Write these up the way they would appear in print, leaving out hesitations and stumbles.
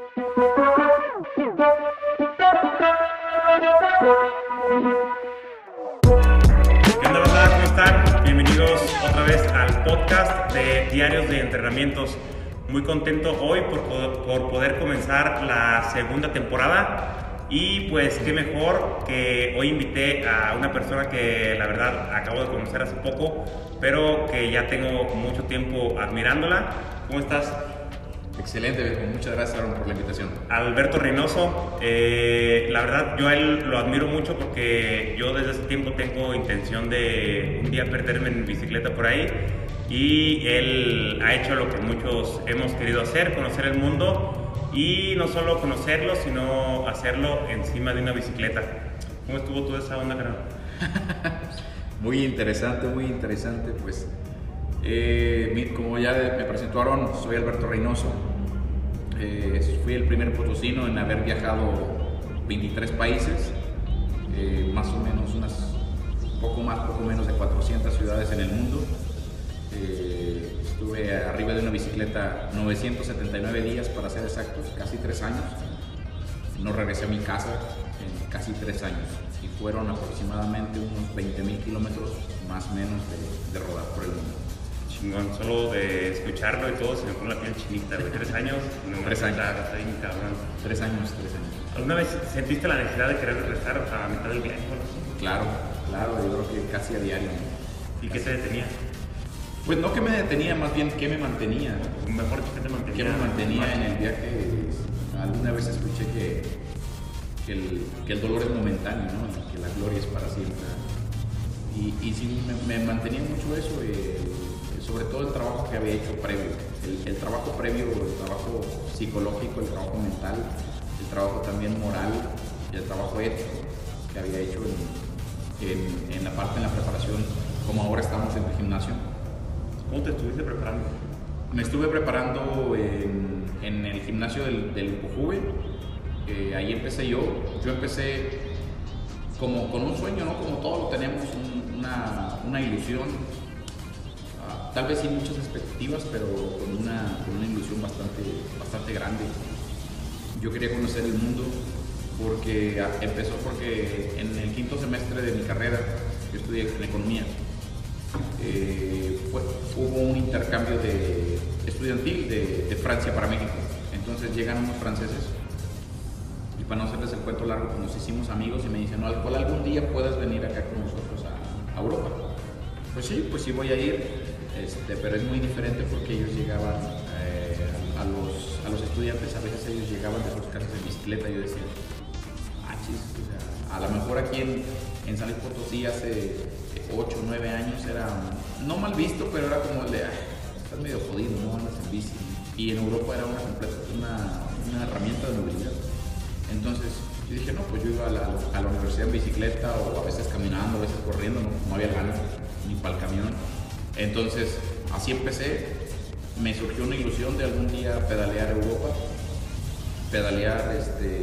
¿Qué onda, banda? ¿Cómo están? Bienvenidos otra vez al podcast de Diarios de Entrenamientos. Muy contento hoy por poder comenzar la segunda temporada y pues qué mejor que hoy invité a una persona que la verdad acabo de conocer hace poco, pero que ya tengo mucho tiempo admirándola. ¿Cómo estás? Excelente, viejo. Muchas gracias, Aaron, por la invitación. Alberto Reynoso, la verdad yo a él lo admiro mucho porque yo desde ese tiempo tengo intención de un día perderme en bicicleta por ahí y él ha hecho lo que muchos hemos querido hacer, conocer el mundo y no solo conocerlo, sino hacerlo encima de una bicicleta. ¿Cómo estuvo toda esa onda, carnal? Muy interesante, pues como ya me presentó Aaron, soy Alberto Reynoso. Fui el primer potosino en haber viajado 23 países, más o menos poco menos de 400 ciudades en el mundo. Estuve arriba de una bicicleta 979 días, para ser exactos, casi 3 años. No regresé a mi casa en casi 3 años y fueron aproximadamente unos 20,000 kilómetros más o menos de rodar por el mundo. Chingón, solo de escucharlo y todo se me pone la piel chinita, güey. 3 años, no, 3 años. Está bien cabrón. 3 años. ¿Alguna vez sentiste la necesidad de querer regresar a mitad del viaje? Claro, yo creo que casi a diario, ¿no? ¿Y qué te detenía? Pues no que me detenía, más bien que me mantenía. Mejor que te mantenía. Que me mantenía en el viaje. Alguna vez escuché que el dolor es momentáneo, ¿no? Que la gloria es para siempre. Y sí, me mantenía mucho eso, sobre todo el trabajo que había hecho previo. El trabajo previo, el trabajo psicológico, el trabajo mental, el trabajo también moral y el trabajo ético que había hecho en la preparación, como ahora estamos en el gimnasio. ¿Cómo te estuviste preparando? Me estuve preparando en el gimnasio del Impujube. Ahí empecé yo. Yo empecé como con un sueño, ¿no? Como todos lo tenemos, una ilusión. Tal vez sin muchas expectativas, pero con una ilusión bastante grande. Yo quería conocer el mundo porque empezó porque en el 5º semestre de mi carrera, yo estudié en economía, hubo un intercambio estudiantil de Francia para México. Entonces llegan unos franceses y, para no hacerles el cuento largo, pues nos hicimos amigos y me dicen, no, algún día puedas venir acá con nosotros a Europa. Pues sí voy a ir. Pero es muy diferente porque ellos llegaban, a los estudiantes, a veces ellos llegaban de sus casas en bicicleta. Yo decía, chis, o sea, a lo mejor aquí en San Luis Potosí hace 8 o 9 años era no mal visto, pero era como el de, estás medio jodido, no andas en bici. Y en Europa era una herramienta de movilidad. Entonces yo dije, no, pues yo iba a la universidad en bicicleta, o a veces caminando, a veces corriendo, no había ganas ni para el camión. Entonces, así empecé. Me surgió una ilusión de algún día pedalear Europa, pedalear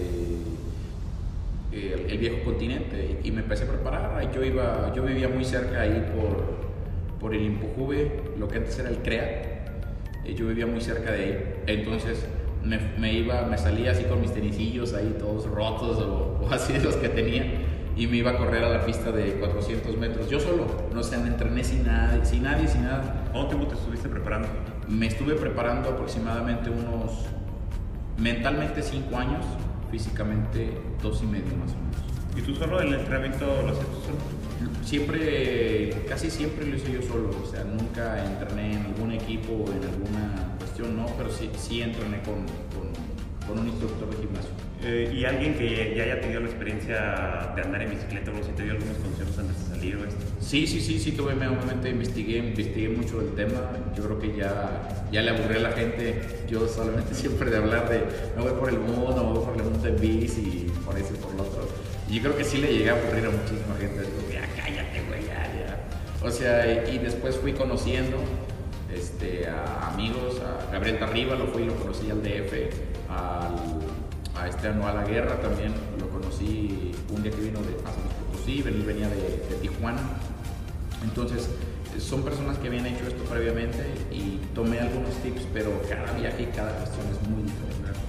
el viejo continente, y me empecé a preparar. Yo vivía muy cerca ahí por el Impujube, lo que antes era el CREA. Yo vivía muy cerca de ahí. Entonces me salía así con mis tenisillos ahí todos rotos o así de los que tenía, y me iba a correr a la pista de 400 metros, yo solo, no sé, me entrené sin nadie. ¿Cuánto tiempo te estuviste preparando? Me estuve preparando aproximadamente mentalmente 5 años, físicamente 2 y medio más o menos. ¿Y tú solo el entrenamiento lo haces tú solo? Casi siempre lo hice yo solo, o sea, nunca entrené en algún equipo o en alguna cuestión, no, pero sí entrené con un instructor de gimnasio. ¿Y alguien que ya haya tenido la experiencia de andar en bicicleta, o si te dio algunos consejos antes de salir o esto? Sí, obviamente investigué mucho el tema. Yo creo que ya le aburrí a la gente. Yo solamente siempre de hablar de me voy por el mundo en bici, por eso y por lo otro. Y yo creo que sí le llegué a aburrir a muchísima gente. Digo, ya cállate, güey, ya. O sea, y después fui conociendo a amigos, a Gabriel Tarriba, lo conocí al DF, a Anual a la Guerra también lo conocí un día que vino de San Luis Potosí, él venía de Tijuana. Entonces son personas que habían hecho esto previamente y tomé algunos tips, pero cada viaje y cada cuestión es muy diferente.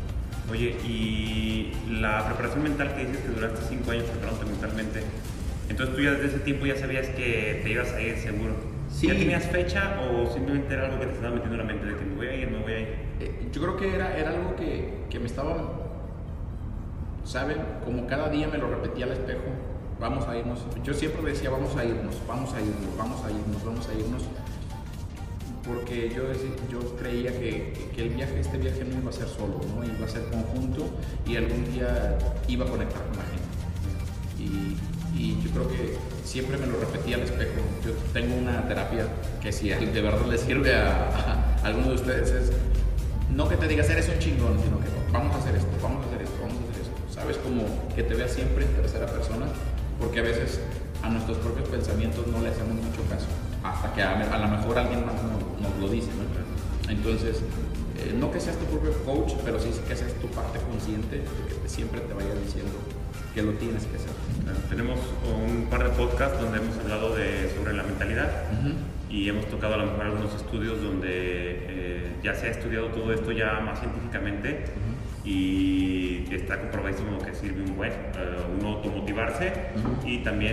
Oye, y la preparación mental que dices que duraste 5 años preparándote mentalmente, entonces tú ya desde ese tiempo ya sabías que te ibas a ir seguro. Sí. ¿Ya tenías fecha o simplemente era algo que te estaba metiendo en la mente de que me voy a ir, me voy a ir? Yo creo que era algo que me estaba, ¿saben? Como cada día me lo repetía al espejo, vamos a irnos. Yo siempre decía, vamos a irnos, vamos a irnos, vamos a irnos, vamos a irnos. Porque yo creía que este viaje no iba a ser solo, ¿no? Iba a ser conjunto y algún día iba a conectar con la gente. Y yo creo que siempre me lo repetía al espejo. Yo tengo una terapia que si de verdad le sirve a alguno de ustedes es no que te digas eres un chingón, sino que vamos a hacer esto, vamos a hacer esto, vamos a hacer esto. ¿Sabes? Como que te veas siempre en tercera persona, porque a veces a nuestros propios pensamientos no le hacemos mucho caso, hasta que a lo mejor alguien más nos lo dice, ¿no? Entonces, no que seas tu propio coach, pero sí que seas tu parte consciente de que siempre te vaya diciendo que lo tienes que hacer. Tenemos un par de podcasts donde hemos hablado sobre la mentalidad y hemos tocado a lo mejor algunos estudios donde ya se ha estudiado todo esto ya más científicamente y está comprobadísimo que sirve un buen, uno automotivarse y también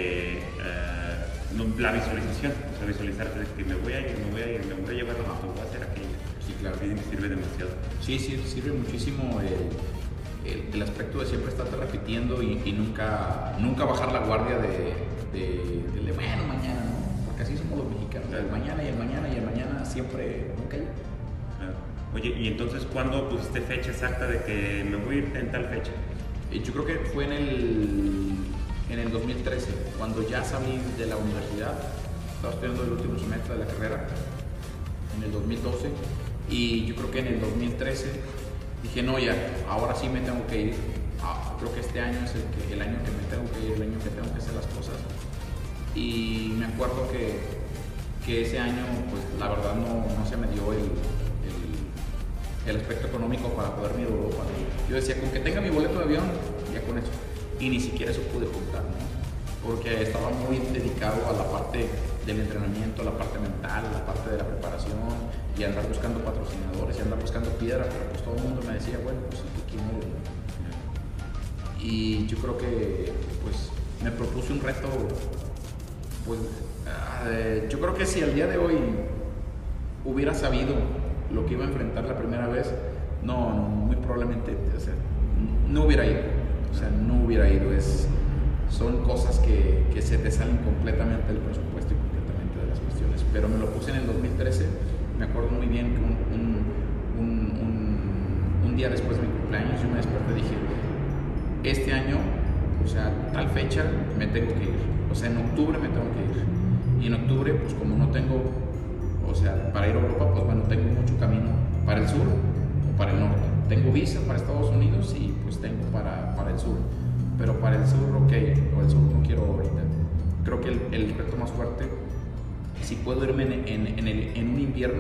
la visualización, o sea, visualizarte de que me voy a ir, me voy a ir, me voy a llevar esto, voy a hacer aquello. Sí, claro. Dicen que sirve demasiado. Sí, sirve muchísimo el aspecto de siempre estarte repitiendo y nunca bajar la guardia de bueno, mañana, ¿no? Porque así somos los mexicanos, el mañana y el mañana y el mañana siempre nunca llega. Oye, ¿y entonces cuándo pusiste fecha exacta de que me voy a ir en tal fecha? Yo creo que fue en el 2013, cuando ya salí de la universidad, estaba estudiando el último semestre de la carrera, en el 2012, y yo creo que en el 2013 dije, no, ya, ahora sí me tengo que ir. Creo que este año es el año que me tengo que ir, el año que tengo que hacer las cosas. Y me acuerdo que ese año, pues la verdad no se me dio el aspecto económico para poder ir a Europa. Yo decía, con que tenga mi boleto de avión, ya con eso. Y ni siquiera eso pude juntar, ¿no? Porque estaba muy dedicado a la parte del entrenamiento, a la parte mental, a la parte de la preparación y andar buscando patrocinadores y andar buscando piedra, pero pues todo el mundo me decía, bueno, pues ¿quién eres? Y yo creo que pues me propuse un reto, pues yo creo que si al día de hoy hubiera sabido lo que iba a enfrentar la primera vez, no muy probablemente, o sea, no hubiera ido, son cosas que se te salen completamente del presupuesto y completamente de las cuestiones, pero me lo puse en el 2013, me acuerdo muy bien que un día después de mi cumpleaños yo me desperté y dije, este año, o sea, tal fecha me tengo que ir, o sea, en octubre me tengo que ir, y en octubre, pues como no tengo, o sea, para ir a Europa, pues bueno, tengo mucho camino para el sur o para el norte, tengo visa para Estados Unidos y pues tengo para el sur, pero para el sur, ok, por el sur no quiero ahorita. Creo que el reto más fuerte, si puedo irme en un invierno,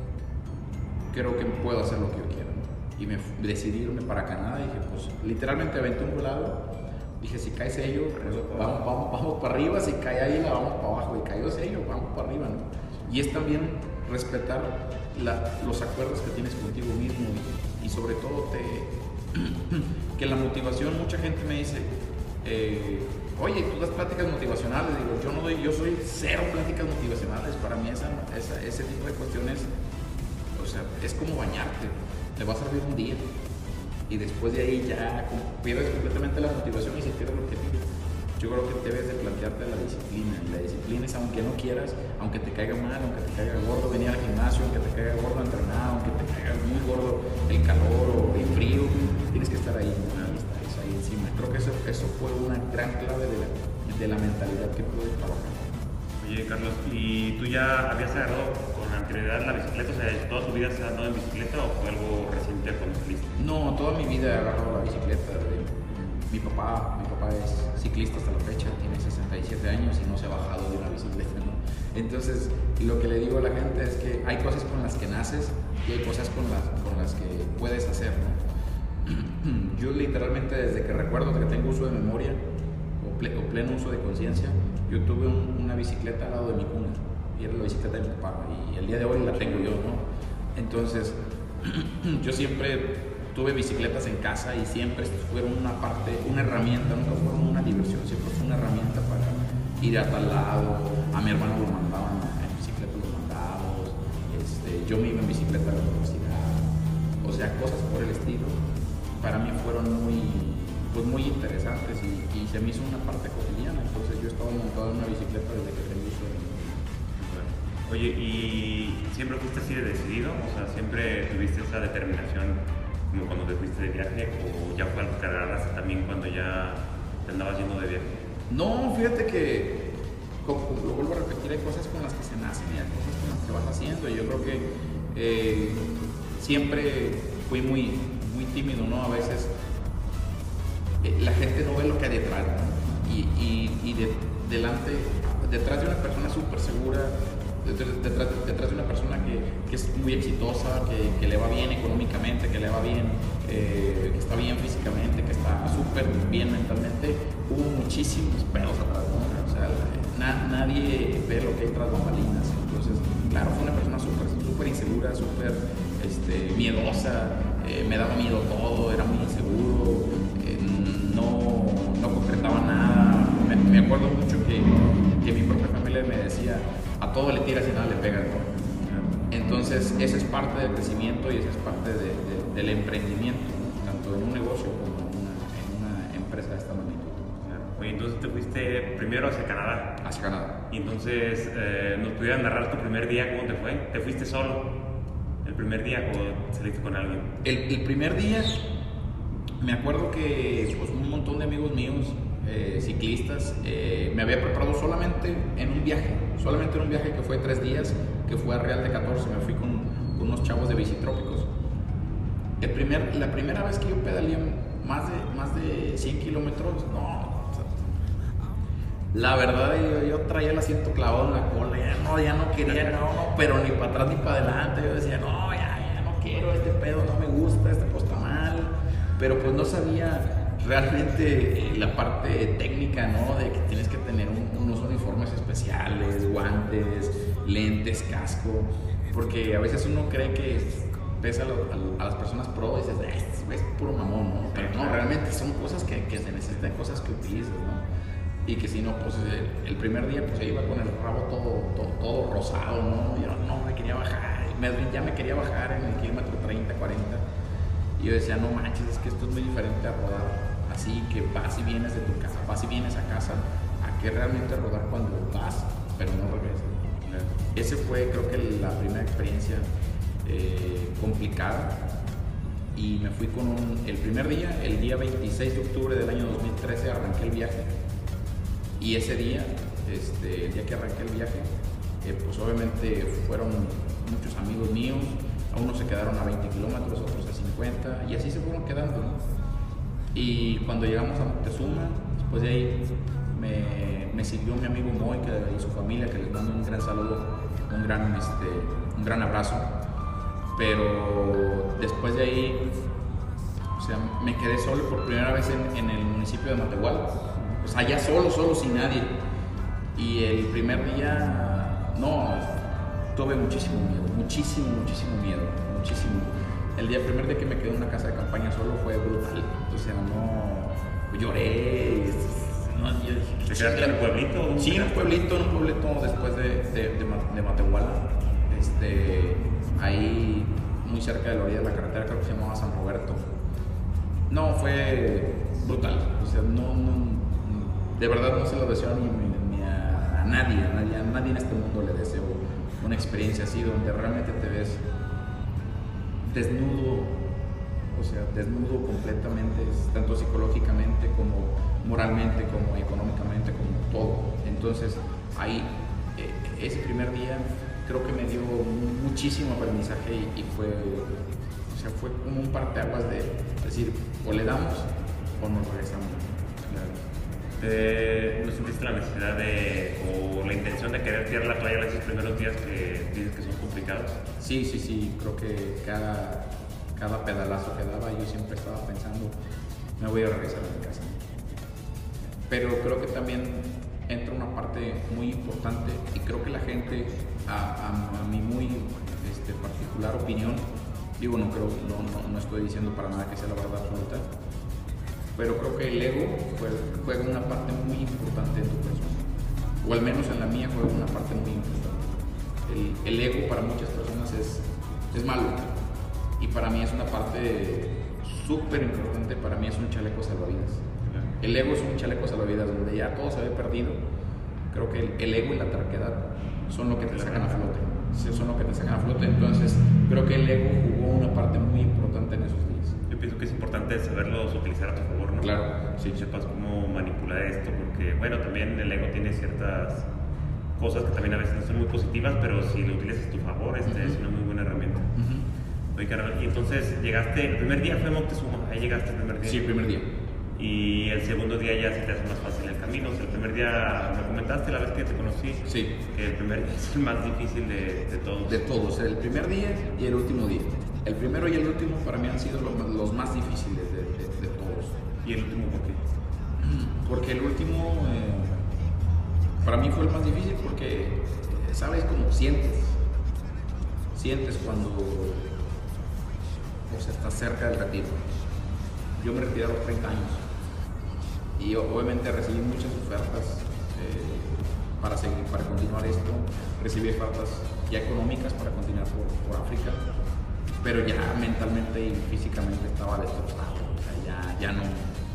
creo que puedo hacer lo que yo quiera, ¿no? Y decidí irme para Canadá y dije, pues literalmente aventé un volado, dije, si cae sello, vamos para arriba, si cae ahí, vamos para abajo, y cayó sello, vamos para arriba, ¿no? Y es también respetar los acuerdos que tienes contigo mismo y sobre todo que la motivación, mucha gente me dice, oye, tú das pláticas motivacionales, digo, yo soy cero pláticas motivacionales, para mí ese tipo de cuestiones, o sea, es como bañarte, te va a servir un día y después de ahí ya pierdes completamente la motivación y se pierde el objetivo. Yo creo que debes de plantearte la disciplina, y la disciplina es aunque no quieras, aunque te caiga mal, aunque te caiga gordo venir al gimnasio, aunque te caiga gordo entrenar, aunque te caiga muy gordo el calor o el frío, tienes que estar ahí, ahí encima. Creo que eso fue una gran clave de la mentalidad que pude trabajar. Oye, Carlos, ¿y tú ya habías agarrado con anterioridad la bicicleta? O sea, ¿toda tu vida has andado en bicicleta o fue algo reciente cuando saliste? No, toda mi vida he agarrado la bicicleta. Mi papá es ciclista hasta la fecha, tiene 67 años y no se ha bajado de una bicicleta, ¿no? Entonces, lo que le digo a la gente es que hay cosas con las que naces y hay cosas con las que puedes hacer, ¿no? Yo literalmente desde que recuerdo que tengo uso de memoria o pleno uso de conciencia, yo tuve una bicicleta al lado de mi cuna y era la bicicleta de mi papá y el día de hoy la tengo yo, ¿no? Entonces, yo siempre tuve bicicletas en casa y siempre fueron una herramienta, nunca fueron una diversión, siempre fue una herramienta para ir a tal lado. A mi hermano lo mandaban en bicicleta los mandados, yo me iba en bicicleta a la universidad, o sea, cosas por el estilo. Para mí fueron muy interesantes y se me hizo una parte cotidiana. Entonces yo estaba montado en una bicicleta desde que tengo uso. Oye, ¿y siempre fuiste así de decidido? O sea, ¿siempre tuviste esa determinación como cuando te fuiste de viaje o ya fue algo que agarraste también cuando ya te andabas yendo de viaje? No, fíjate que, como lo vuelvo a repetir, hay cosas con las que se nacen y hay cosas con las que vas haciendo. Yo creo que siempre fui muy tímido, ¿no? A veces la gente no ve lo que hay detrás, ¿no? Y detrás de una persona súper segura, detrás de una persona que es muy exitosa, que le va bien económicamente, que le va bien, que está bien físicamente, que está súper bien mentalmente, hubo muchísimos pedos atrás, ¿no? O sea, nadie ve lo que hay tras bambalinas. Entonces, claro, fue una persona súper insegura, súper miedosa, me daba miedo todo, era muy inseguro, no concretaba nada. Me acuerdo mucho que mi propia familia me decía, a todo le tiras y nada le pegas, ¿no? Entonces, esa es parte del crecimiento y esa es parte del emprendimiento, ¿no? Tanto en un negocio como en una empresa de esta magnitud. Oye, entonces te fuiste primero hacia Canadá. Hacia Canadá. Y entonces, ¿nos pudieran narrar tu primer día? ¿Cómo te fue? ¿Te fuiste solo el primer día o saliste con alguien? El primer día, me acuerdo que pues, un montón de amigos míos, ciclistas, me había preparado solamente en un viaje que fue 3 días, que fue a Real de 14. Me fui con unos chavos de Bicitrópicos. La primera vez que yo pedaleé más de 100 kilómetros, no. La verdad, yo traía el asiento clavado en la cola, ya no quería, pero ni para atrás ni para adelante. Yo decía, no, ya no quiero este pedo, no me gusta, esta cosa está mal. Pero pues no sabía realmente la parte técnica, ¿no? De que tienes que tener unos uniformes especiales, guantes, lentes, casco, porque a veces uno cree que ves a las personas pro y dices, es puro mamón, ¿no? Pero no, realmente son cosas que se necesitan, cosas que utilizas, ¿no? Y que si no, pues el primer día pues iba con el rabo todo rosado, ¿no? Yo no me quería bajar, ya me quería bajar en el kilómetro 30, 40. Y yo decía, no manches, es que esto es muy diferente a rodar así, que vas y vienes de tu casa, vas y vienes a casa, a que realmente rodar cuando vas, pero no regresas. Ese fue, creo que la primera experiencia complicada. Y me fui el primer día, el día 26 de octubre del año 2013, arranqué el viaje. Y ese día, el día que arranqué el viaje, pues obviamente fueron muchos amigos míos. A unos se quedaron a 20 kilómetros, otros a 50, y así se fueron quedando, ¿no? Y cuando llegamos a Montezuma, después de ahí me siguió mi amigo Moy y su familia, que les mando un gran saludo, un gran abrazo. Pero después de ahí, o sea, me quedé solo por primera vez en el municipio de Matehuala. O sea, ya solo, sin nadie. Y el primer día, no, tuve muchísimo miedo. El primer día que me quedé en una casa de campaña solo fue brutal. O sea, no, lloré. ¿Te quedaste en un pueblito? Sí, en un pueblito después de Matehuala. Ahí, muy cerca de la orilla de la carretera, creo que se llamaba San Roberto. No, fue brutal. O sea, de verdad no se lo deseo ni a nadie en este mundo le deseo una experiencia así, donde realmente te ves desnudo, o sea, desnudo completamente, tanto psicológicamente como moralmente, como económicamente, como todo. Entonces, ahí, ese primer día, creo que me dio muchísimo aprendizaje y fue como un parteaguas de decir, o le damos o nos regresamos. ¿No sentiste la necesidad o la intención de querer tirar la toalla esos primeros días que dices que son complicados? Sí, creo que cada pedalazo que daba yo siempre estaba pensando, me voy a regresar a mi casa. Pero creo que también entra una parte muy importante y creo que la gente, a mi muy particular opinión, Digo, no estoy diciendo para nada que sea la verdad absoluta, pero creo que el ego juega una parte muy importante en tu persona, o al menos en la mía juega una parte muy importante. El ego para muchas personas es malo, y para mí es una parte súper importante. Para mí es un chaleco salvavidas. El ego es un chaleco salvavidas donde ya todo se ve perdido. Creo que el ego y la terquedad son lo que te sacan a flote. Son lo que te sacan a flote. Entonces, creo que el ego jugó una parte muy importante en esos días. Yo pienso que es importante saberlos utilizar a tu favor, ¿no? Claro. Sí, sepas cómo manipular esto, porque, bueno, también el ego tiene ciertas cosas que también a veces no son muy positivas, pero si lo utilizas a tu favor, es una muy buena herramienta. Oye, Carol, y entonces llegaste, el primer día fue Moctezuma, ahí llegaste el primer día. Sí, el primer día. Y el segundo día ya se te hace más fácil el camino. O sea, el primer día, me comentaste la vez que te conocí, sí, que el primer día es el más difícil de todos. De todos, el primer día y el último día. El primero y el último para mí han sido los más difíciles de todos. ¿Y el último por qué? Porque el último para mí fue el más difícil porque, ¿sabes cómo sientes? Sientes cuando estás cerca del retiro. Yo me retiré a los 30 años y obviamente recibí muchas ofertas para continuar esto. Recibí ofertas ya económicas para continuar por África, pero ya mentalmente y físicamente estaba destrozado. O sea, ya no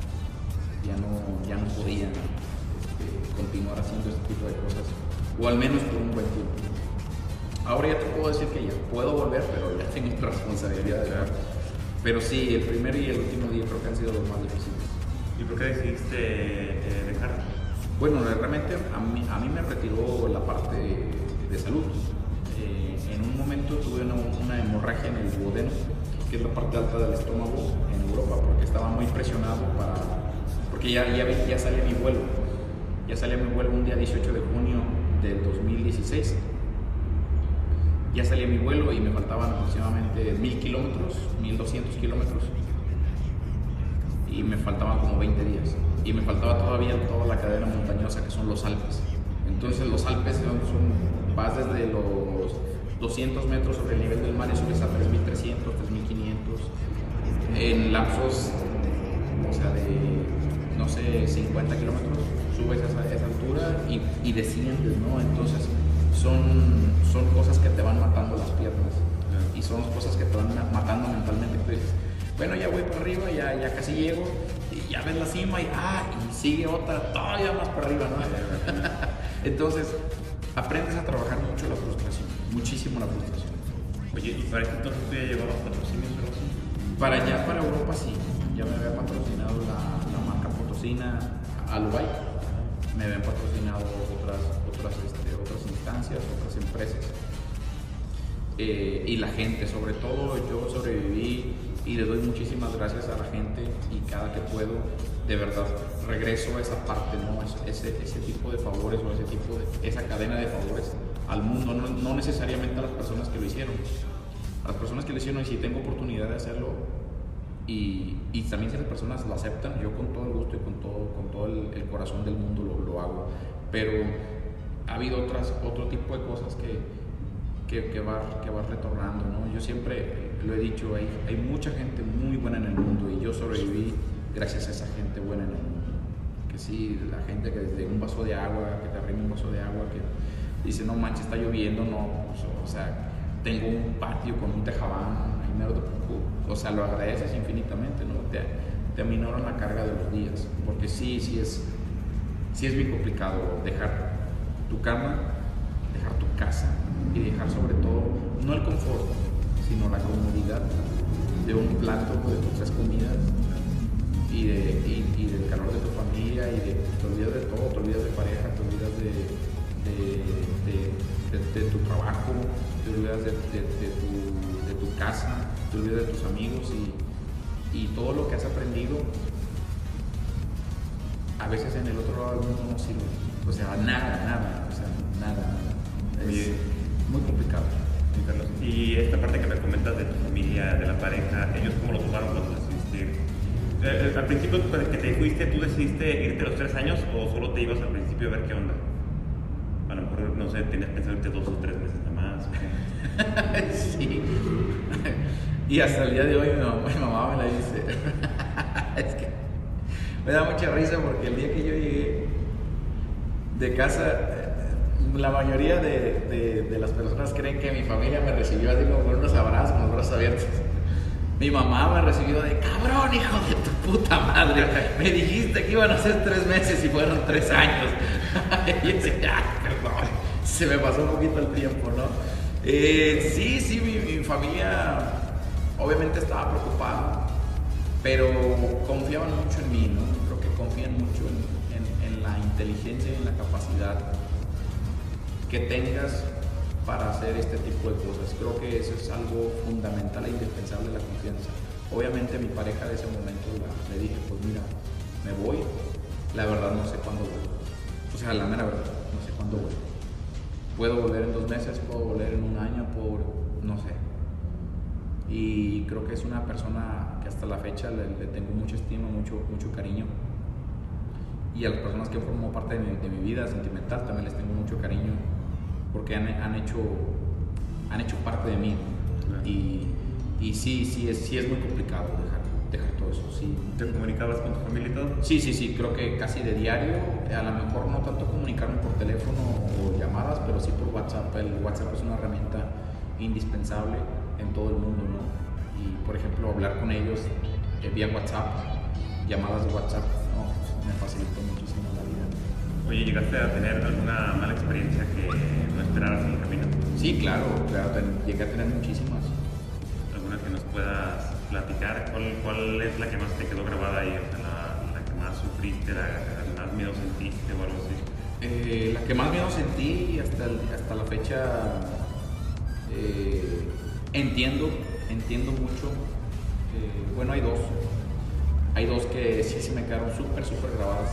podía continuar haciendo este tipo de cosas, o al menos por un buen tiempo. Ahora ya te puedo decir que ya puedo volver, pero ya tengo otra responsabilidad. Pero sí, el primero y el último día creo que han sido los más difíciles. ¿Y por qué decidiste dejar? Bueno, realmente a mí me retiró la parte de salud. En un momento tuve una hemorragia en el duodeno, que es la parte alta del estómago en Europa, porque estaba muy presionado porque ya salía mi vuelo. Ya salía mi vuelo un día 18 de junio del 2016. Ya salía mi vuelo y me faltaban aproximadamente 1,000 kilómetros, 1,200 kilómetros. Y me faltaban como 20 días. Y me faltaba todavía toda la cadena montañosa que son los Alpes. Entonces los Alpes vas desde los 200 metros sobre el nivel del mar y subes a 3,300, 3,500. En lapsos, de, no sé, 50 kilómetros, subes a esa altura y desciendes, ¿no? Entonces son cosas que te van matando las piernas, y son cosas que te van matando mentalmente. Tú dices, bueno, ya voy para arriba, ya casi llego, y ya ves la cima y sigue otra todavía más para arriba, ¿no? Entonces aprendes a trabajar mucho la frustración, muchísimo la frustración. Oye, ¿y para este entonces tú ya llevabas patrocinios o algo así? Para Europa sí, ya me había patrocinado la marca Potosina Alubay, me habían patrocinado otras instancias, otras empresas, y la gente, sobre todo yo sobreviví y le doy muchísimas gracias a la gente, y cada que puedo, de verdad, regreso a esa parte, ¿no? Ese tipo de favores, o esa cadena de favores al mundo, no necesariamente a las personas que lo hicieron. A las personas que lo hicieron, y si tengo oportunidad de hacerlo, y también si las personas lo aceptan, yo con todo el gusto y con todo el corazón del mundo lo hago. Pero ha habido otro tipo de cosas que vas retornando, ¿no? Yo siempre lo he dicho, hay mucha gente muy buena en el mundo, y yo sobreviví gracias a esa gente buena en el mundo. Que sí, la gente que desde un vaso de agua, que te arrima un vaso de agua, que dice, no manches, está lloviendo, no, o sea, tengo un patio con un tejabán, ahí mero de Pucú, o sea, lo agradeces infinitamente, ¿no? Te aminoran la carga de los días, porque sí es muy complicado dejar tu cama, dejar tu casa, y dejar sobre todo, no el confort, sino la comodidad de un plato, de tus 3 comidas, y del calor de tu familia, y te olvidas de todo, te olvidas de pareja, te olvidas de tu trabajo, te olvidas de tu casa, te olvidas de tus amigos, y todo lo que has aprendido a veces en el otro lado del mundo no sirve. O sea, nada. Es muy complicado. Y esta parte que me comentas de tu familia, de la pareja, ¿ellos cómo lo tomaron cuando decidiste? Al principio que te fuiste, ¿tú decidiste irte a los 3 años o solo te ibas al principio a ver qué onda? A lo mejor, no sé, tenías pensado irte 2 o 3 meses nada más. Sí. Y hasta el día de hoy mi mamá me la dice. Es que me da mucha risa porque el día que yo llegué de casa, la mayoría de las personas creen que mi familia me recibió así como con unos abrazos, con los brazos abiertos. Mi mamá me recibió de cabrón, hijo de tu puta madre. Me dijiste que iban a ser 3 meses y fueron 3 años. Y yo decía, perdón, se me pasó un poquito el tiempo, ¿no? Sí, mi familia obviamente estaba preocupada, pero confiaban mucho en mí, ¿no? Creo que confían mucho en la inteligencia y en la capacidad que tengas para hacer este tipo de cosas. Creo que eso es algo fundamental e indispensable, la confianza. Obviamente mi pareja de ese momento le dije, pues mira, me voy, la verdad no sé cuándo voy. O sea, la mera verdad, no sé cuándo voy. Puedo volver en 2 meses, puedo volver en 1 año, no sé. Y creo que es una persona que hasta la fecha le tengo mucha estima, mucho cariño. Y a las personas que forman parte de mi vida sentimental también les tengo mucho cariño, porque han hecho parte de mí, ¿no? Claro. Y sí es muy complicado dejar todo eso. Sí. ¿Te comunicabas con tu familia y todo? Sí, creo que casi de diario, a lo mejor no tanto comunicarme por teléfono o llamadas, pero sí por WhatsApp. El WhatsApp es una herramienta indispensable en todo el mundo, ¿no? Y por ejemplo, hablar con ellos vía WhatsApp, llamadas de WhatsApp, no, me facilitó muchísimo la vida. Oye, ¿llegaste a tener alguna mala experiencia que no esperaras en el camino? Sí, claro, llegué a tener muchísimas. ¿Alguna que nos puedas platicar? ¿Cuál es la que más te quedó grabada ahí? O sea, la que más sufriste, la que más miedo sentiste o algo así. La que más miedo sentí y hasta la fecha entiendo mucho. Bueno, hay dos que sí se me quedaron súper grabadas.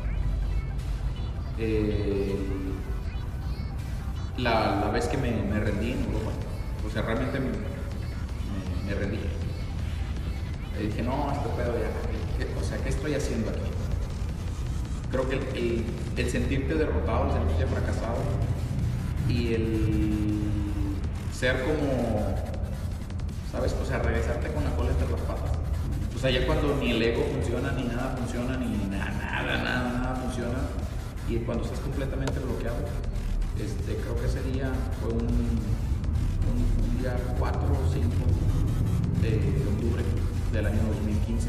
La vez que me rendí en Europa, o sea, realmente me rendí. Le dije, no, este pedo ya, o sea, ¿qué estoy haciendo aquí? Creo que el sentirte derrotado, el sentirte fracasado y el ser como, ¿sabes? O sea, regresarte con la cola entre las patas. O sea, ya cuando ni el ego funciona, ni nada funciona, ni nada funciona, y cuando estás completamente bloqueado, creo que ese día fue un día 4 o 5 de octubre del año 2015.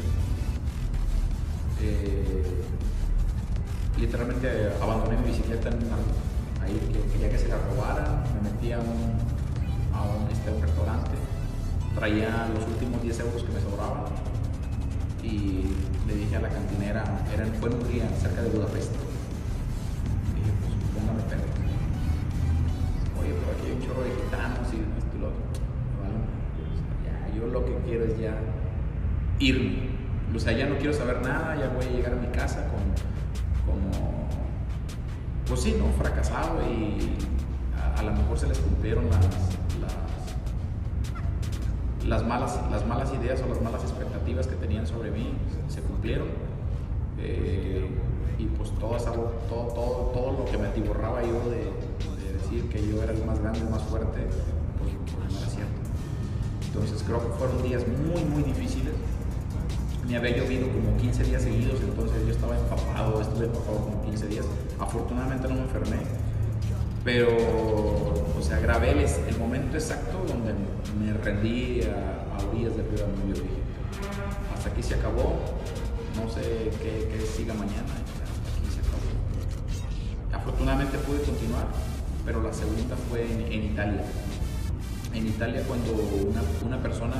Literalmente abandoné mi bicicleta en ahí que quería que se la robaran. Me metí a un restaurante, traía los últimos 10 euros que me sobraban y le dije a la cantinera, fue en Hungría, cerca de Budapest. Dije, pues póngame pedo. Oye, pero aquí hay un chorro de gitanos y esto y lo otro. ¿Vale? Ya, yo lo que quiero es ya irme. O sea, ya no quiero saber nada, ya voy a llegar a mi casa pues sí, ¿no? Fracasado, y a lo mejor se les cumplieron las malas ideas o las malas expectativas que tenían sobre mí, se cumplieron. Y pues todo lo que me atiborraba yo de decir que yo era el más grande, el más fuerte, pues no era cierto. Entonces creo que fueron días muy difíciles. Me había llovido como 15 días seguidos, entonces yo estuve empapado como 15 días. Afortunadamente no me enfermé, pero, o sea, grabé el momento exacto donde me rendí a orillas del río Danubio. Dije, hasta aquí se acabó, no sé qué siga mañana, hasta aquí se acabó. Afortunadamente pude continuar, pero la segunda fue en Italia. En Italia, cuando una persona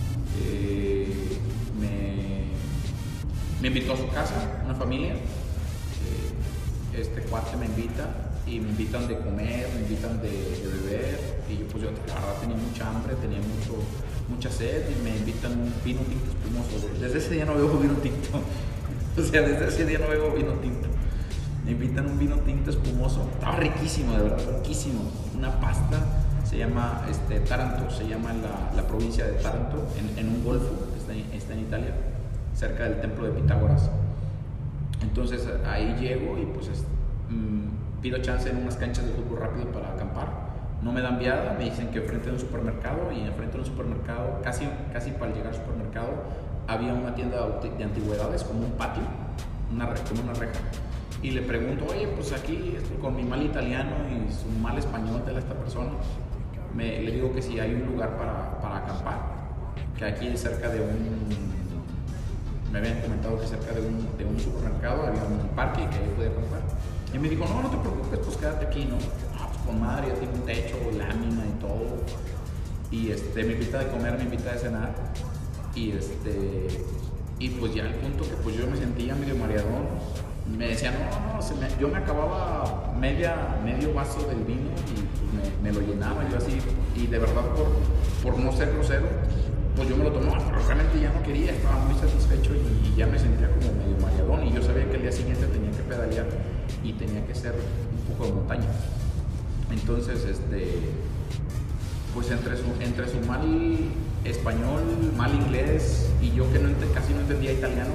me invitó a su casa, una familia. Este cuate me invita y me invitan de comer, me invitan de beber, y yo la verdad tenía mucha hambre, tenía mucha sed, y me invitan un vino tinto espumoso. Desde ese día no bebo vino tinto. O sea, desde ese día no bebo vino tinto. Me invitan un vino tinto espumoso, estaba riquísimo, de verdad, riquísimo. Una pasta, se llama Taranto, se llama la provincia de Taranto, en un golfo, está en Italia, cerca del templo de Pitágoras. Entonces ahí llego y pues pido chance en unas canchas de fútbol rápido para acampar. no me dan viada, me dicen que enfrente de un supermercado, y enfrente de un supermercado, casi para llegar al supermercado, había una tienda de antigüedades, como un patio, como una reja. Y le pregunto, oye, pues aquí, con mi mal italiano y su mal español de esta persona, le digo que si hay un lugar para acampar, que aquí cerca de me habían comentado que cerca de un supermercado había un parque y que ahí podía acampar. Y me dijo, no te preocupes, pues quédate aquí, ¿no? Pues con madre, ya tiene un techo, lámina y todo. Y me invita de comer, me invita de cenar. Y pues ya al punto que pues yo me sentía medio mareadón. Me decía, no, yo me acababa medio vaso del vino y pues me lo llenaba yo así. Y de verdad, por no ser grosero, pues yo me lo tomaba, pero realmente ya no quería, estaba muy satisfecho y ya me sentía como medio mareadón. Y yo sabía que el día siguiente tenía que pedalear y tenía que ser un poco de montaña. Entonces, pues entre su mal español, mal inglés y yo que casi no entendía italiano,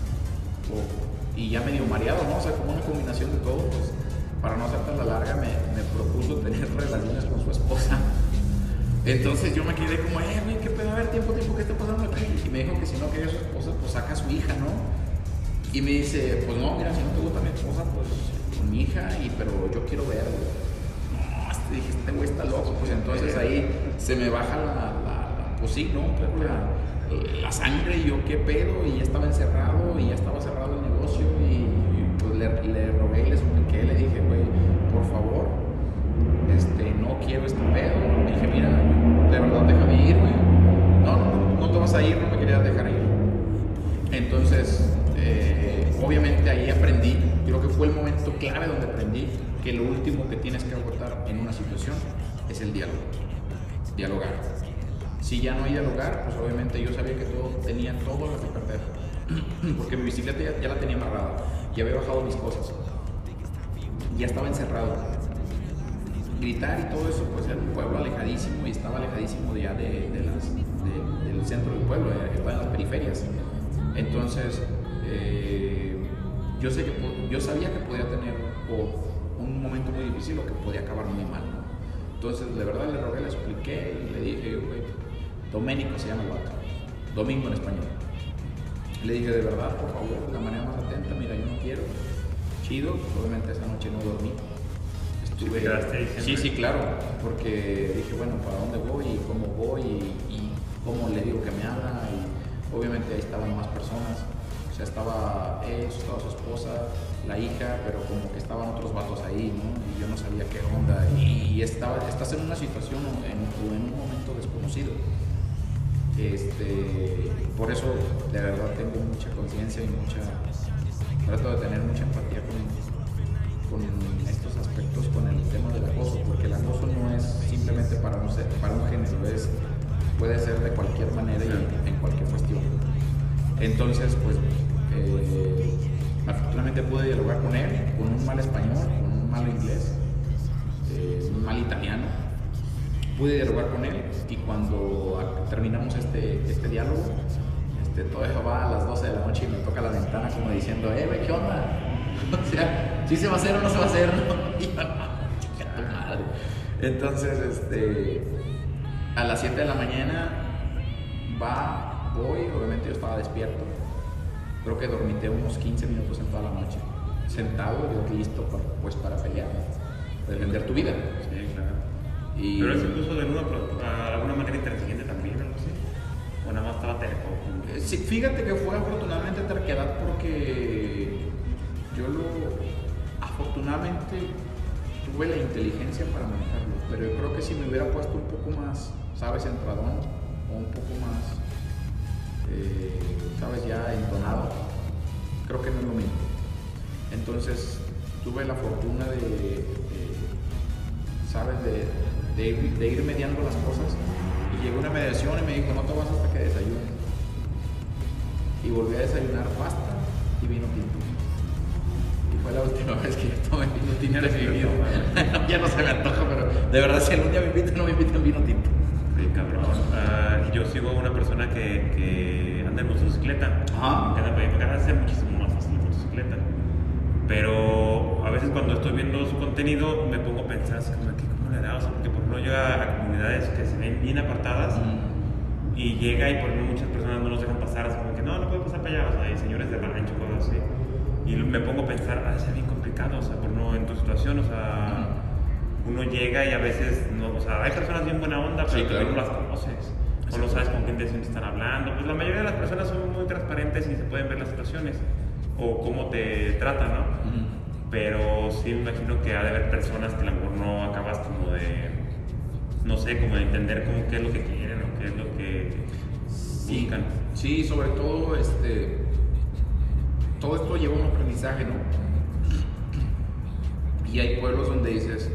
y ya medio mareado, ¿no? O sea, como una combinación de todo, pues para no hacer tan la larga me propuso tener relaciones con su esposa. Entonces yo me quedé como, güey, ¿qué pedo? A ver, tiempo, ¿qué está pasando aquí? Y me dijo que si no quería a su esposa, pues saca a su hija, ¿no? Y me dice, pues no, mira, si no te gusta mi esposa, pues con mi hija, pero yo quiero verlo. No, dije, este güey está loco. Pues entonces ahí se me baja pues sí, ¿no? Un poco la sangre, y yo, ¿qué pedo? Y ya estaba encerrado, y ya estaba cerrado el negocio, y pues le rogué y le supliqué, le dije, güey, por favor, no quiero este pedo. Le dije, mira, de verdad, déjame ir, güey. No te vas a ir, no me querías dejar ir. Entonces, obviamente ahí aprendí, creo que fue el momento clave donde aprendí que lo último que tienes que agotar en una situación es el dialogar. Si ya no hay dialogar, pues obviamente yo sabía que tenía todo lo que perder, porque mi bicicleta ya la tenía amarrada, ya había bajado mis cosas, ya estaba encerrado. Gritar y todo eso, pues era un pueblo alejadísimo, y estaba alejadísimo ya del centro del pueblo, estaba en las periferias. Entonces, yo sabía que podía tener un momento muy difícil o que podía acabar muy mal, ¿no? Entonces, de verdad, le rogué, le expliqué y le dije, güey, Doménico se llama el vato, Domingo en español. Le dije, de verdad, por favor, de la manera más atenta, mira, yo no quiero. Chido, obviamente esa noche no dormí. Sí, claro, porque dije, bueno, ¿para dónde voy y cómo voy y cómo le digo que me habla? Y obviamente ahí estaban más personas, o sea, estaba su esposa, la hija, pero como que estaban otros vatos ahí, ¿no? Y yo no sabía qué onda, y estás en una situación o en un momento desconocido. Por eso, de verdad, tengo mucha conciencia y trato de tener mucha empatía con estos aspectos, con el tema del acoso, porque el acoso no es simplemente para un género, puede ser de cualquier manera y en cualquier cuestión. Entonces, pues, afortunadamente pude dialogar con él, con un mal español, con un mal inglés, un mal italiano. Pude dialogar con él, y cuando terminamos este diálogo, todavía va a las 12 de la noche y me toca la ventana como diciendo, güey, ¿qué onda? O sea, ¿sí se va a hacer o no se va a hacer? ¿No? Y yo, chica tu madre. Entonces, a las 7 de la mañana voy, obviamente yo estaba despierto. Creo que dormité unos 15 minutos en toda la noche, sentado, yo listo para pelear, para defender tu vida. Sí, claro. Pero él se puso de nuevo de alguna manera intransigente también, ¿no? ¿Sí? ¿O nada más estaba terco? Sí, fíjate que fue afortunadamente terquedad, porque afortunadamente tuve la inteligencia para manejarlo, pero yo creo que si me hubiera puesto un poco más, ¿sabes?, entradón, o un poco más, ¿sabes?, ya entonado, creo que no es lo mismo. Entonces tuve la fortuna ¿sabes?, de ir mediando las cosas, y llegó una mediación y me dijo, no te vas hasta que desayunes. Y volví a desayunar pasta y vino tinto. Y fue la última vez que yo tomé vino tinto en mi vida. Ya no se me antoja, pero de verdad, si algún día me invitan, no me invitan vino tinto. Sí, cabrón. Yo sigo a una persona que anda en motocicleta. Ajá. Que anda hace muchísimo más fácil en motocicleta. Pero a veces cuando estoy viendo su contenido me pongo a pensar así como que, ¿cómo cómo le da, o sea, porque por ejemplo llega a comunidades que se ven bien apartadas y llega y por ejemplo muchas personas no los dejan pasar, así como que no puede pasar para allá, o sea, hay señores de rancho, cosas así. Y me pongo a pensar, es bien complicado, o sea, por no en tu situación, o sea, uno llega y a veces, no, o sea, hay personas bien buena onda, pero sí, claro, no las conoces, o no sabes con qué intención te están hablando. Pues la mayoría de las personas son muy transparentes y se pueden ver las situaciones o cómo te tratan, ¿no? Pero sí me imagino que ha de haber personas que a lo mejor no acabas como de, no sé, como de entender como qué es lo que quieren o qué es lo que buscan. Sí, sobre todo, todo esto lleva un aprendizaje, ¿no? Y hay pueblos donde dices,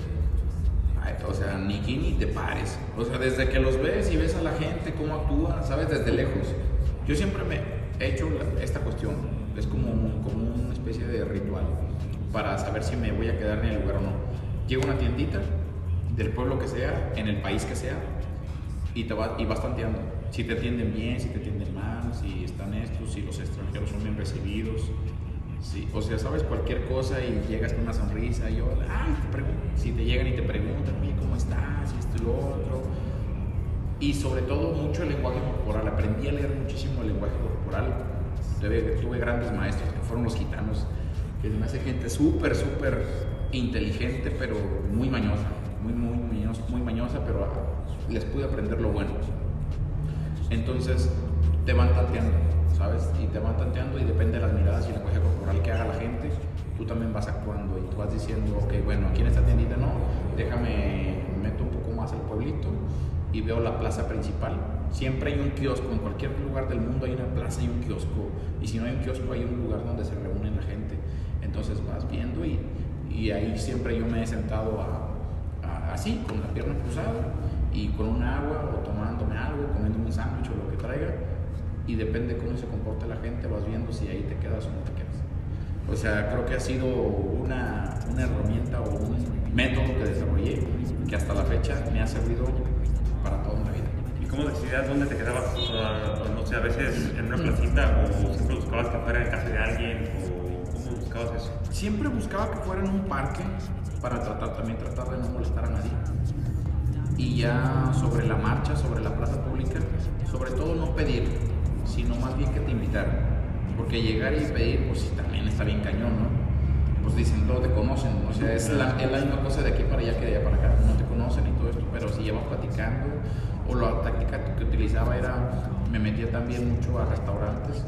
o sea, ni aquí ni te pares. O sea, desde que los ves y ves a la gente, cómo actúa, ¿sabes? Desde lejos. Yo siempre me he hecho esta cuestión. Es como una especie de ritual para saber si me voy a quedar en el lugar o no. Llego a una tiendita del pueblo que sea, en el país que sea, y vas tanteando. Si te atienden bien, si te atienden mal, si están estos, si los extranjeros son bien recibidos. Sí, o sea, sabes cualquier cosa y llegas con una sonrisa y yo, si te llegan y te preguntan, oye, ¿cómo estás? Y esto y lo otro. Y sobre todo mucho el lenguaje corporal. Aprendí a leer muchísimo el lenguaje corporal. Tuve grandes maestros que fueron los gitanos, que me hace gente súper inteligente, pero muy mañosa, muy mañosa, pero les pude aprender lo bueno. Entonces te van tanteando, ¿sabes? Y te van tanteando y depende de las miradas y el lenguaje corporal que haga la gente, tú también vas actuando y tú vas diciendo, ok, bueno, aquí en esta tiendita no, meto un poco más al pueblito y veo la plaza principal. Siempre hay un kiosco, en cualquier lugar del mundo hay una plaza y un kiosco, y si no hay un kiosco hay un lugar donde se reúne la gente. Entonces vas viendo y ahí siempre yo me he sentado así, con la pierna cruzada y con un agua o tomándome algo, comiéndome un sándwich o lo que traiga, y depende cómo se comporta la gente, vas viendo si ahí te quedas o no te quedas. O sea, creo que ha sido una herramienta o un método que desarrollé que hasta la fecha me ha servido para toda una vida. ¿Y cómo decidías dónde te quedabas? O no sé, a veces en una placita o siempre buscabas que fuera en casa de alguien o cómo buscabas eso? Siempre buscaba que fuera en un parque para tratar de no molestar a nadie. Y ya sobre la marcha, sobre la plaza pública, sobre todo no pedir, sino más bien que te invitaran. Porque llegar y pedir, pues sí, también está bien cañón, ¿no? Pues dicen, todos te conocen, o sea, es la misma cosa de aquí para allá que de allá para acá, no te conocen y todo esto, pero si llevas platicando, o la táctica que utilizaba era, me metía también mucho a restaurantes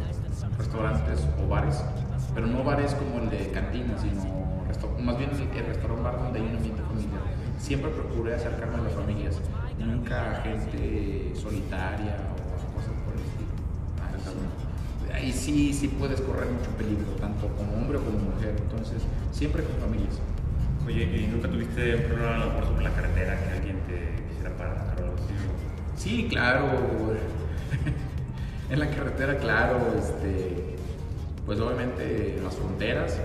o bares, pero no bares como el de cantina, sino más bien el restaurante bar donde hay un ambiente familiar. Siempre procuré acercarme a las familias, nunca a gente solitaria o cosas por el estilo. Ahí sí puedes correr mucho peligro, tanto como hombre como mujer, entonces siempre con familias. Oye, ¿y nunca tuviste un problema a lo mejor sobre la carretera que alguien te quisiera parar o algo así? Sí, claro. En la carretera, claro, pues obviamente en las fronteras.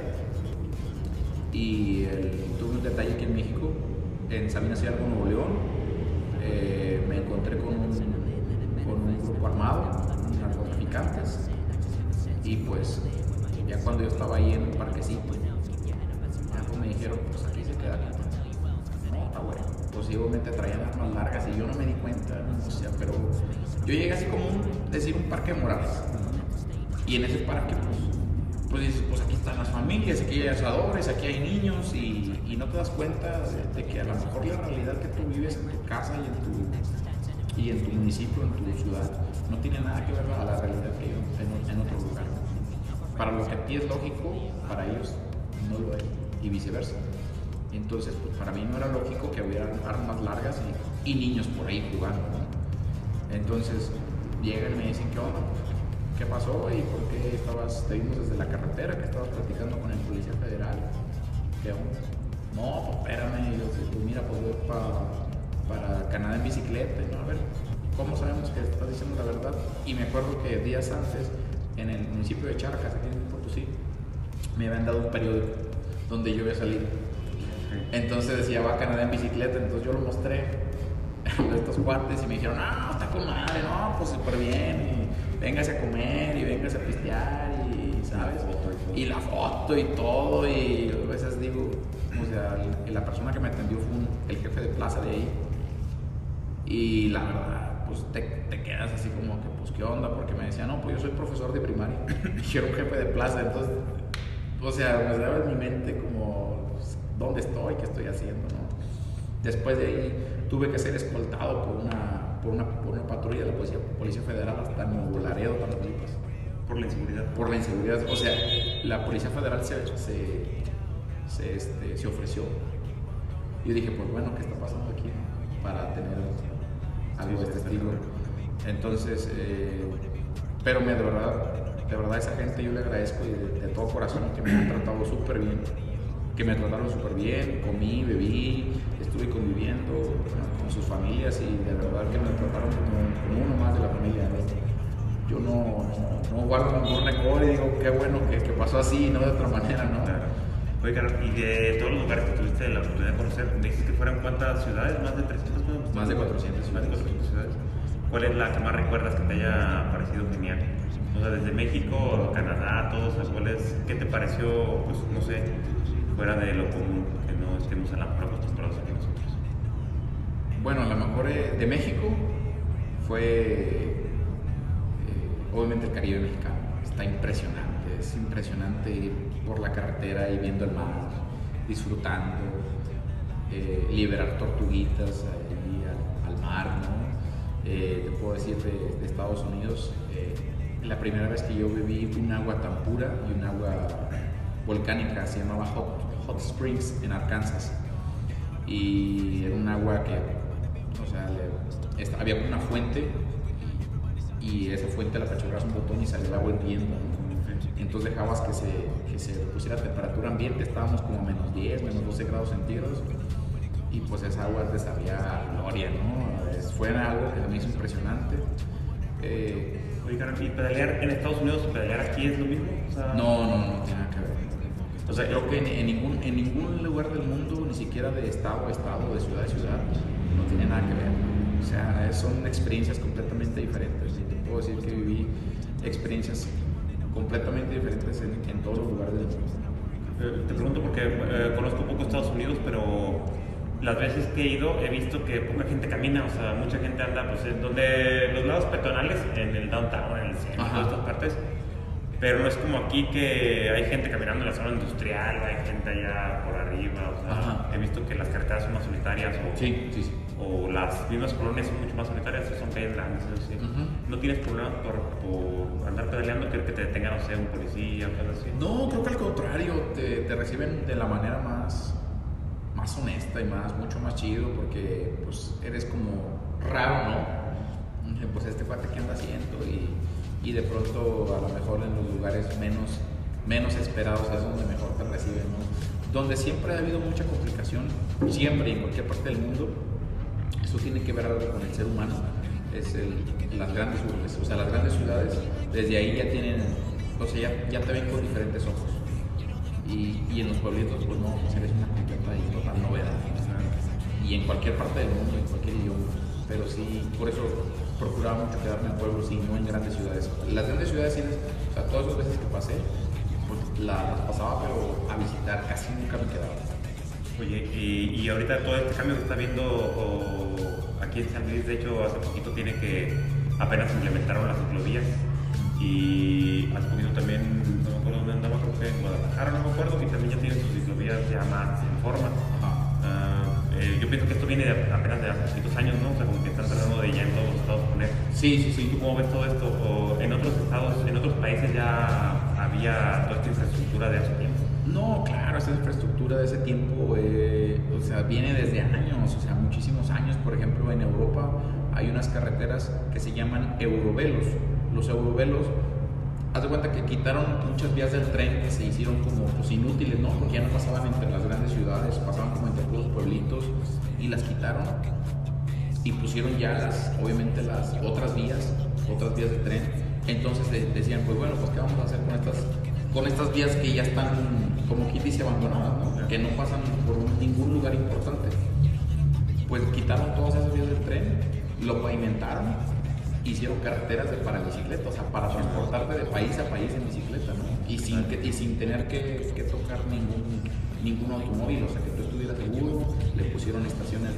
Y tuve un detalle aquí en México, en Sabinas Hidalgo, Nuevo León. Me encontré con un grupo armado, narcotraficantes. Y pues ya cuando yo estaba ahí en el parquecito, ya pues me dijeron, pues aquí se queda. No, está bueno. Posiblemente traían armas largas y yo no me di cuenta, ¿no? O sea, pero yo llegué así como un parque de Morales. Y en ese parque, pues dices, pues aquí están las familias, aquí hay asadores, aquí hay niños y no te das cuenta de que a lo mejor la realidad que tú vives en tu casa y en tu municipio, en tu ciudad, no tiene nada que ver a la realidad que hay en otro lugar. Para lo que a ti es lógico, para ellos no lo es, y viceversa. Entonces, pues para mí no era lógico que hubiera armas largas y niños por ahí jugando, ¿no? Entonces, llegan y me dicen, ¿qué onda? ¿Qué pasó? ¿Y por qué te vimos desde la carretera que estabas platicando con el policía federal? ¿Qué onda? No, pues espérame, yo pues mira, pues voy para Canadá en bicicleta, ¿no? A ver, ¿cómo sabemos que estás diciendo la verdad? Y me acuerdo que días antes, en el municipio de Charcas, aquí en Potosí, me habían dado un periódico donde yo había salido. Entonces decía, va a Canadá en bicicleta, entonces yo lo mostré a estos cuates y me dijeron, no, está con madre, no, pues súper bien, y véngase a comer y véngase a pistear y, ¿sabes? Y la foto y todo, y a veces digo, como sea, la persona que me atendió fue el jefe de plaza de ahí. Y la verdad, pues te quedas así como que, pues, ¿qué onda? Porque me decía, no, pues yo soy profesor de primaria y era un jefe de plaza. Entonces, o sea, me daba en mi mente como, pues, ¿dónde estoy? ¿Qué estoy haciendo? ¿No? Después de ahí tuve que ser escoltado por una patrulla de la Policía Federal hasta Nuevo Laredo, Tamaulipas. ¿Por la inseguridad? Por la inseguridad. O sea, la Policía Federal se ofreció. Yo dije, pues bueno, ¿qué está pasando aquí? Para tener algo de este estilo. Entonces, pero de verdad esa gente yo le agradezco y de todo corazón que me han tratado súper bien. Que me trataron súper bien, comí, bebí, estuve conviviendo con sus familias y de verdad que me trataron como uno más de la familia, ¿no? Yo no guardo ningún rencor y digo, qué bueno que pasó así, no de otra manera, ¿no? Claro. Oye, Carlos, y de todos los lugares que tuviste la oportunidad de conocer, me dices que fueron ¿cuántas ciudades? ¿Más de 300? Más de 400 ciudades. Más de 400 ciudades. ¿Cuál es la que más recuerdas que te haya parecido genial? O sea, desde México, Canadá, todos, ¿qué te pareció, pues, no sé, fuera de lo común, que no estemos a la mejor acostumbrados aquí nosotros? Bueno, a lo mejor de México fue obviamente el Caribe mexicano. Está impresionante, es impresionante ir por la carretera y viendo el mar, disfrutando, liberar tortuguitas ahí al mar, ¿no? Te puedo decir de Estados Unidos, la primera vez que yo bebí un agua tan pura y un agua volcánica, se llamaba Hot Springs en Arkansas, y era un agua que, o sea, había una fuente y esa fuente la apachurrabas un botón y salía el agua hirviendo, ¿no? Entonces dejabas que se pusiera a temperatura ambiente, estábamos como a menos 10, menos 12 grados centígrados, y pues esa agua te sabía gloria, ¿no? Fue algo que me hizo impresionante. Oye, Carlos, ¿y pedalear en Estados Unidos y pedalear aquí es lo mismo? O sea, no tiene nada que ver. O sea, creo que en ningún lugar del mundo, ni siquiera de estado a estado, de ciudad a ciudad, no tiene nada que ver. O sea, son experiencias completamente diferentes. Y te puedo decir que viví experiencias completamente diferentes en todos los lugares del mundo. Te pregunto porque conozco poco Estados Unidos, pero las veces que he ido he visto que poca gente camina, o sea, mucha gente anda pues en donde los lados peatonales, en el downtown, en el centro, en todas estas partes, pero no es como aquí que hay gente caminando en la zona industrial, hay gente allá por arriba, o sea, he visto que las carreteras son más solitarias o las mismas colonias son mucho más solitarias, son calles grandes, así. ¿No tienes problemas por andar pedaleando, que te detengan, no sé, un policía o cosas así? No, creo que al contrario, te reciben de la manera más honesta y mucho más chido, porque pues eres como raro, ¿no? Pues este cuate que anda haciendo y de pronto a lo mejor en los lugares menos esperados es donde mejor te reciben, ¿no? Donde siempre ha habido mucha complicación, siempre y en cualquier parte del mundo, eso tiene que ver algo con el ser humano, es las grandes urbes, o sea, las grandes ciudades, desde ahí ya tienen, o sea, ya te ven con diferentes ojos. Y en los pueblitos, pues no, pues eres una completa y total novedad. Y en cualquier parte del mundo, en cualquier idioma. Pero sí, por eso procuraba mucho quedarme en pueblos y no en grandes ciudades. Las grandes ciudades, sí, o sea, todas las veces que pasé, pues las pasaba, pero a visitar casi nunca me quedaba. Oye, y ahorita todo este cambio que está viendo aquí en San Luis, de hecho, hace poquito apenas implementaron las ciclovías. Y hace poquito también, no me acuerdo dónde andaba, creo que en Guadalajara, no me acuerdo, y también ya tienen sus ciclovías ya más en forma. Yo pienso que esto viene apenas de hace poquitos años, ¿no? O sea, como que están tratando de ya en todos los estados poner. Sí. ¿Tú cómo ves todo esto? ¿O en otros estados, en otros países ya había toda esta infraestructura de hace tiempo? No, claro, esa infraestructura de ese tiempo, o sea, viene desde años, o sea, muchísimos años. Por ejemplo, en Europa hay unas carreteras que se llaman eurovelos. Los eurovelos, haz de cuenta que quitaron muchas vías del tren que se hicieron como pues, inútiles, ¿no? Porque ya no pasaban entre las grandes ciudades, pasaban como entre los pueblitos y las quitaron y pusieron ya obviamente las otras vías de tren. Entonces decían, pues bueno, pues ¿qué vamos a hacer con estas vías que ya están como quien dice abandonadas, ¿no? Que no pasan por ningún lugar importante? Pues quitaron todas esas vías del tren, lo pavimentaron, hicieron carreteras para bicicleta, o sea, para transportarte de país a país en bicicleta, ¿no? Y sin tener que tocar ningún automóvil, o sea, que tú estuvieras seguro, le pusieron estaciones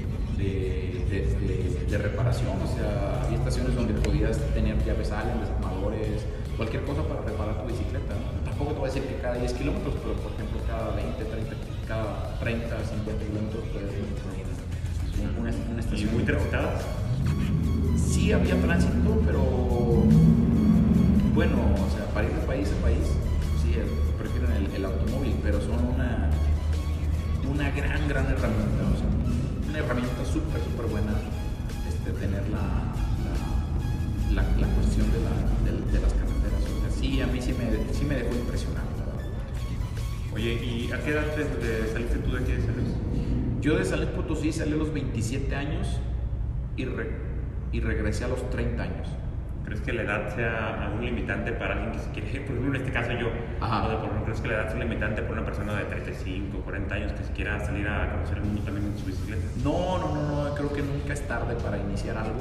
de reparación, o sea, había estaciones donde podías tener llaves Allen, desarmadores, cualquier cosa para reparar tu bicicleta, ¿no? Tampoco te voy a decir que cada 10 kilómetros, pero por ejemplo cada 20, 30, cada 30, 50 kilómetros puedes ir una estación. ¿Y muy transitadas? Sí había tránsito, pero bueno, o sea, para ir de país a país, sí, prefieren el automóvil, pero son una gran herramienta, o sea, una herramienta súper buena, tener la cuestión de las carreteras. O sea, sí, a mí sí me dejó impresionado, la verdad. Oye, ¿y a qué edad saliste tú de aquí de San Luis? Yo de San Luis Potosí salí a los 27 años y regresé a los 30 años. ¿Crees que la edad sea algún limitante para alguien que se quiere, por ejemplo en este caso yo, ¿crees que la edad sea limitante para una persona de 35, 40 años que se quiera salir a conocer el mundo también en su bicicleta? No, creo que nunca es tarde para iniciar algo.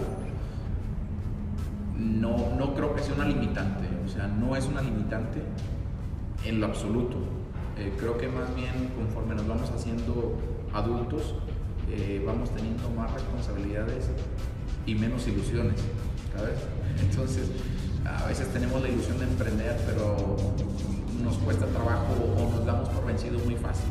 No creo que sea una limitante, o sea, no es una limitante en lo absoluto. Creo que más bien conforme nos vamos haciendo adultos, vamos teniendo más responsabilidades y menos ilusiones, ¿sabes? Entonces, a veces tenemos la ilusión de emprender, pero nos cuesta trabajo o nos damos por vencidos muy fácil.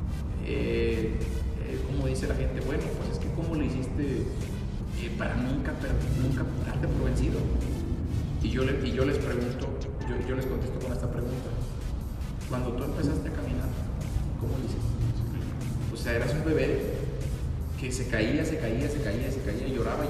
Como dice la gente, bueno, pues es que ¿cómo lo hiciste para nunca darte por vencido? Y yo les pregunto, yo les contesto con esta pregunta. Cuando tú empezaste a caminar, ¿cómo lo hiciste? O sea, eras un bebé que se caía, lloraba.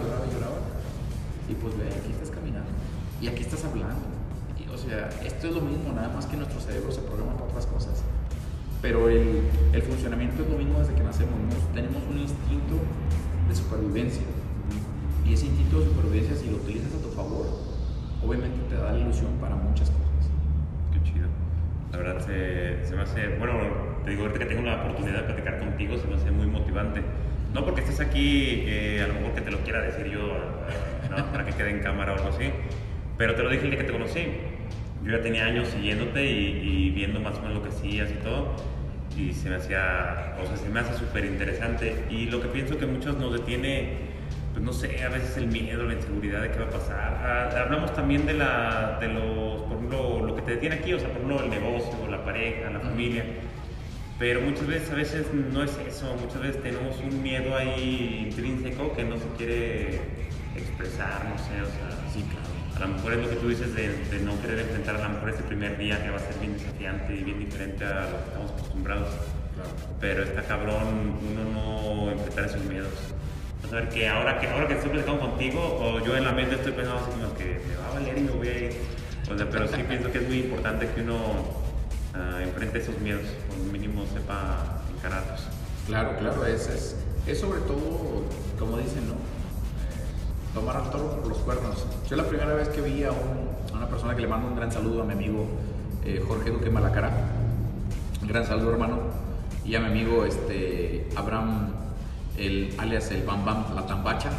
Y pues ve, aquí estás caminando y aquí estás hablando. Y, o sea, esto es lo mismo, nada más que nuestro cerebro se programa para otras cosas. Pero el funcionamiento es lo mismo desde que nacemos, ¿no? Tenemos un instinto de supervivencia. Y ese instinto de supervivencia, si lo utilizas a tu favor, obviamente te da la ilusión para muchas cosas. Qué chido. La verdad se me hace, bueno, te digo, ahorita que tengo la oportunidad de platicar contigo, se me hace muy motivante. No porque estés aquí, a lo mejor que te lo quiera decir yo, no, para que quede en cámara o algo así, pero te lo dije el día que te conocí. Yo ya tenía años siguiéndote y viendo más o menos lo que hacías y todo, y se me hace súper interesante. Y lo que pienso que muchos nos detiene, pues no sé, a veces el miedo, la inseguridad de qué va a pasar. Hablamos también de los, por ejemplo, lo que te detiene aquí, o sea, por ejemplo, el negocio, la pareja, la familia. Pero muchas veces no es eso, muchas veces tenemos un miedo ahí intrínseco que no se quiere expresar, no sé, o sea, Sí, claro. a lo mejor es lo que tú dices de no querer enfrentar a lo mejor ese primer día que va a ser bien desafiante y bien diferente a lo que estamos acostumbrados. Claro. Pero está cabrón uno no enfrentar esos miedos. Vas a ver que ahora que estoy platicando contigo, o yo en la mente estoy pensando así como que me va a valer y me voy a ir. O sea, pero sí pienso que es muy importante que uno enfrente esos miedos, o mínimo sepa encararlos. Claro, es sobre todo, como dicen, ¿no? Tomar al toro por los cuernos. Yo la primera vez que vi a una persona que le mando un gran saludo a mi amigo Jorge Duque Malacara, un gran saludo, hermano, y a mi amigo Abraham, alias el Bam Bam, la Tambacha.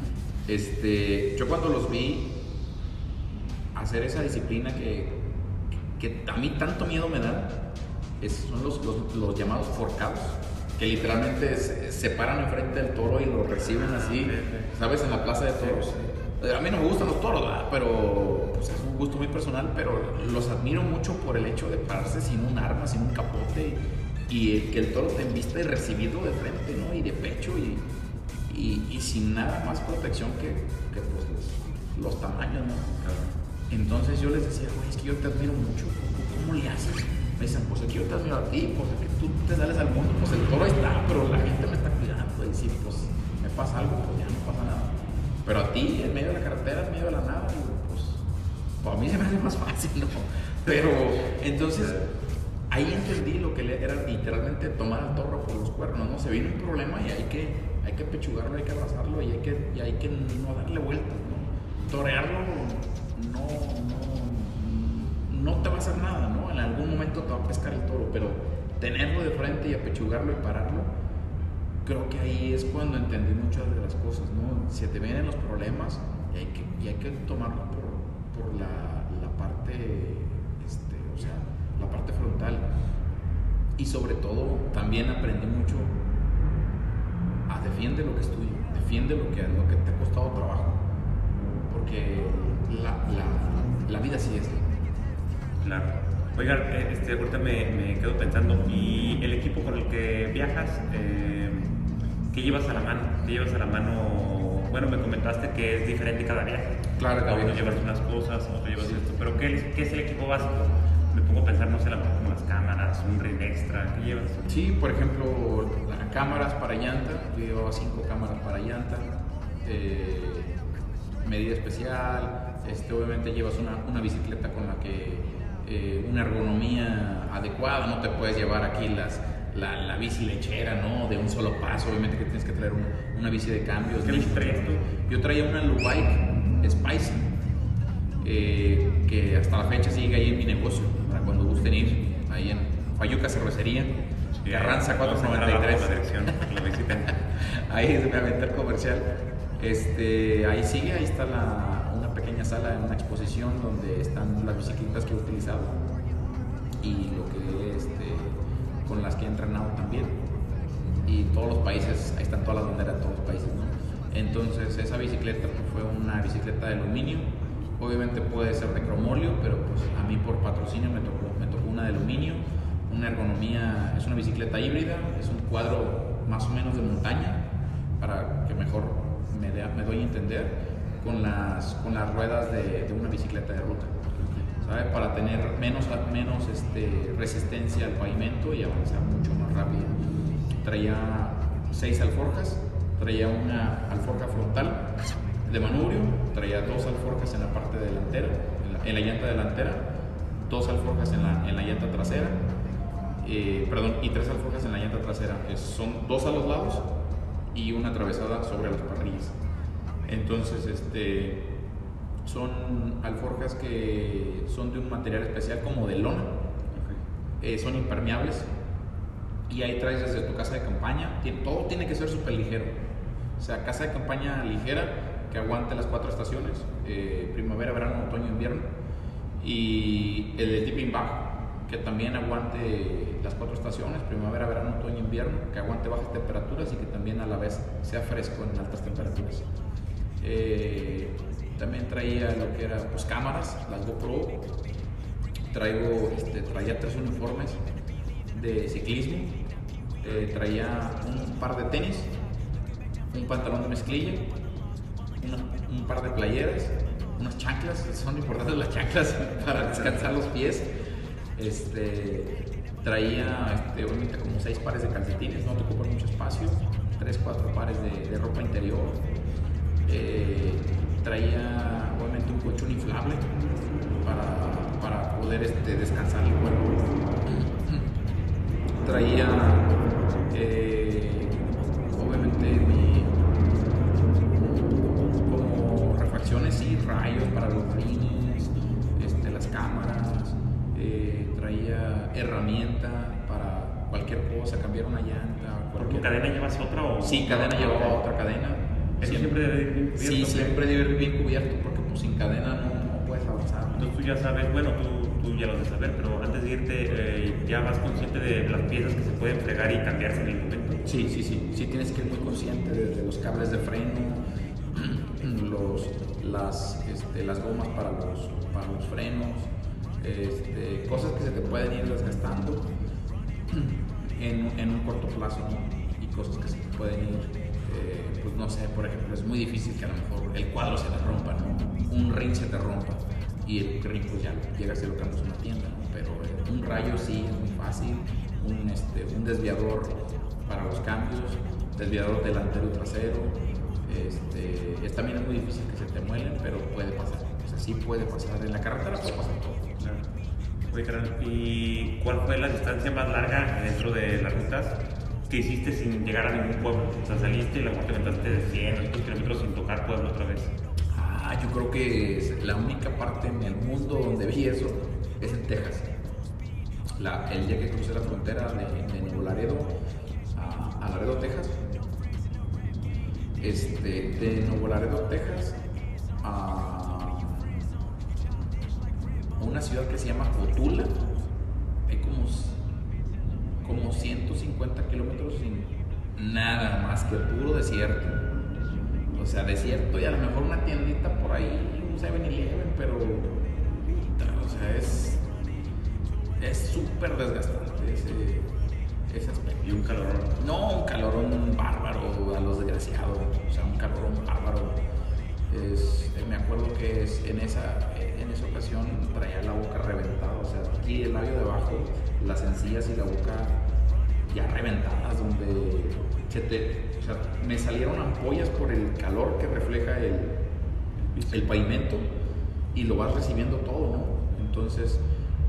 Yo cuando los vi hacer esa disciplina que a mí tanto miedo me da, son los llamados forcados, que literalmente se paran enfrente del toro y lo reciben así, ¿sabes? En la plaza de toros. A mí no me gustan los toros, ¿verdad? Pero pues, es un gusto muy personal, pero los admiro mucho por el hecho de pararse sin un arma, sin un capote, y que el toro te embista y recibido de frente, ¿no? Y de pecho, y sin nada más protección que pues, los tamaños, ¿no? Entonces yo les decía, güey, es que yo te admiro mucho, ¿cómo le haces? Me dicen, pues aquí yo te admiro a ti, porque tú te sales al mundo, pues el toro está, pero la gente me está cuidando, y si pues me pasa algo, pues ya no pasa nada. Pero a ti, en medio de la carretera, en medio de la nada, pues a mí se me hace más fácil, ¿no? Pero entonces ahí entendí lo que era literalmente tomar al toro por los cuernos, ¿no? Se viene un problema y hay que pechugarlo, hay que abrazarlo y hay que no darle vueltas, ¿no? Torearlo no te va a hacer nada, ¿no? En algún momento te va a pescar el toro, pero tenerlo de frente y apechugarlo y pararlo, creo que ahí es cuando entendí muchas de las cosas, ¿no? Se te vienen los problemas y hay que tomarlo por la parte, o sea, la parte frontal. Y sobre todo, también aprendí mucho a defiende lo que es tuyo, defiende lo que te ha costado trabajo, porque la vida sí es. Claro. Oigan, ahorita me quedo pensando, ¿y el equipo con el que viajas, qué llevas a la mano? ¿Qué llevas a la mano? Bueno, me comentaste que es diferente cada viaje. Claro, cada uno llevas unas cosas, otro llevas esto, pero ¿qué es el equipo básico? Me pongo a pensar, no sé, como las cámaras, un ring extra, ¿qué llevas? Sí, por ejemplo, cámaras para llanta, yo llevaba 5 cámaras para llanta, medida especial, obviamente llevas una bicicleta con la que una ergonomía adecuada, no te puedes llevar aquí la bici lechera, ¿no? De un solo paso, obviamente que tienes que traer una bici de cambios. ¿Qué bici traías tú? Yo traía una Lubike Spicy, que hasta la fecha sigue ahí en mi negocio, para cuando gusten ir, ahí en Fayuca Cervecería, sí, Carranza 493. La dirección, la visiten. Ahí es obviamente el comercial. Ahí sigue, ahí está una pequeña sala en una exposición donde están las bicicletas que he utilizado y lo que con las que he entrenado también. Y todos los países, ahí están todas las banderas de todos los países, ¿no? Entonces esa bicicleta pues, fue una bicicleta de aluminio. Obviamente puede ser de cromolio, pero pues a mí por patrocinio me tocó una de aluminio. Una ergonomía, es una bicicleta híbrida, es un cuadro más o menos de montaña, para que mejor me doy a entender, con las ruedas de una bicicleta de ruta, ¿sabe? Para tener menos resistencia al pavimento y avanzar mucho más rápido. Traía 6 alforjas, traía una alforja frontal de manubrio, traía 2 alforjas en la parte delantera, en la llanta delantera, 2 alforjas en la llanta trasera, y 3 alforjas en la llanta trasera. Son 2 a los lados y una atravesada sobre las parrillas. Entonces, son alforjas que son de un material especial como de lona, son impermeables, y ahí traes desde tu casa de campaña. Todo tiene que ser súper ligero, o sea, casa de campaña ligera que aguante las 4 estaciones, primavera, verano, otoño, invierno, y el tipping bajo, que también aguante las 4 estaciones, primavera, verano, otoño, invierno, que aguante bajas temperaturas y que también a la vez sea fresco en altas temperaturas. También traía lo que era pues cámaras, las GoPro. Traía 3 uniformes de ciclismo, traía un par de tenis, un pantalón de mezclilla, un par de playeras, unas chanclas. Son importantes las chanclas para descansar los pies. Traía obviamente como 6 pares de calcetines, no te ocupan mucho espacio, 3-4 pares de ropa interior. Traía obviamente un colchón inflable para poder descansar el cuerpo. Traía obviamente como refacciones y rayos para los rines, las cámaras. Traía herramienta para cualquier cosa, cambiar una llanta. ¿Por tu cadena llevas otra o...? Sí, cadena llevaba otra cadena. ¿Eso siempre debe ir bien cubierto? Sí, siempre debe ir bien cubierto, porque pues, sin cadena no puedes avanzar. Entonces tú ya sabes, bueno, tú ya lo debes saber, pero antes de irte ya vas consciente de las piezas que se pueden fregar y cambiarse en el momento. Sí, tienes que ir muy consciente de los cables de freno, las gomas para los frenos, cosas que se te pueden ir desgastando en un corto plazo, ¿no? Y cosas que se te pueden ir, pues no sé, por ejemplo, es muy difícil que a lo mejor el cuadro se te rompa, ¿no? Un ring se te rompa y el ring pues ya llegas y lo cambias en una tienda, ¿no? Pero un rayo sí es muy fácil, un desviador para los cambios, desviador delantero y trasero. También es muy difícil que se te muelen, pero puede pasar. O sea, sí puede pasar. En la carretera puede pasar todo. Claro. Oye, carnal, ¿y cuál fue la distancia más larga dentro de las rutas que hiciste sin llegar a ningún pueblo? O sea, saliste y luego te aventaste de 100 o 200 kilómetros sin tocar pueblo otra vez. Yo creo que la única parte en el mundo donde vi eso es en Texas. El día que crucé la frontera de Nuevo Laredo a Laredo, Texas. De Nuevo Laredo, Texas a una ciudad que se llama Cotula. Hay como 50 kilómetros sin nada más que puro desierto. O sea, desierto y a lo mejor una tiendita por ahí, un 7-Eleven, pero o sea, es súper desgastante ese aspecto. Y un calorón. No, un calorón bárbaro a los desgraciados, o sea, un calorón bárbaro. Me acuerdo que en esa ocasión traía la boca reventada, o sea, aquí el labio de abajo, las encías y la boca ya reventadas, donde o sea, me salieron ampollas por el calor que refleja el pavimento y lo vas recibiendo todo, ¿no? Entonces,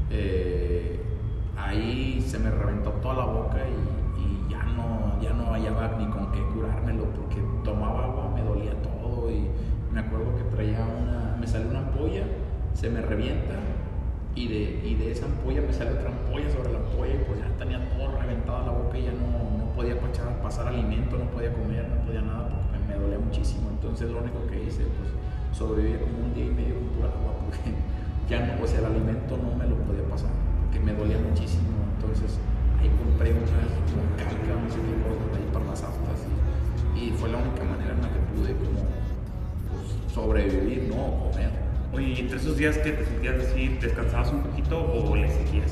ahí se me reventó toda la boca y ya no hallaba ni con qué curármelo, porque tomaba agua, me dolía todo y me acuerdo que me salió una ampolla, se me revienta y de esa ampolla me sale otra ampolla sobre la ampolla y pues ya tenía todo reventada la boca y ya no podía pasar alimento, no podía comer, no podía nada porque me dolía muchísimo. Entonces lo único que hice pues sobreviví como un día y medio con pura agua porque ya no, o sea, el alimento no me lo podía pasar porque me dolía muchísimo. Entonces ahí compré una carga, no sé qué cosa ahí para las aftas y fue la única manera en la que pude como sobrevivir, no comer. Oye, ¿y entre esos días que te sentías así, descansabas un poquito o le seguías?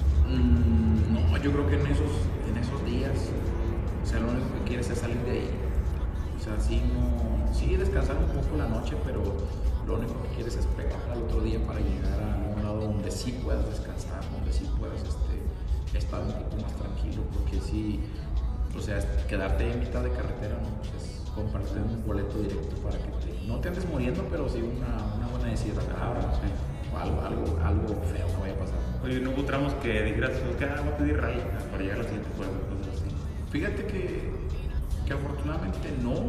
No, yo creo que en esos días, o sea, lo único que quieres es salir de ahí. O sea, sí descansar un poco la noche, pero lo único que quieres es pegar al otro día para llegar a un lado donde sí puedas descansar, donde sí puedas estar un poco más tranquilo, porque sí, o sea, quedarte en mitad de carretera, ¿no? Pues es compartir un boleto directo para que no te andes muriendo, pero sí una buena deshidratada, sí, o algo feo que vaya a pasar. Oye, ¿no hubo tramos que dijeras, voy a pedir raya para llegar a la siguiente pueblo, cosas así? Fíjate que afortunadamente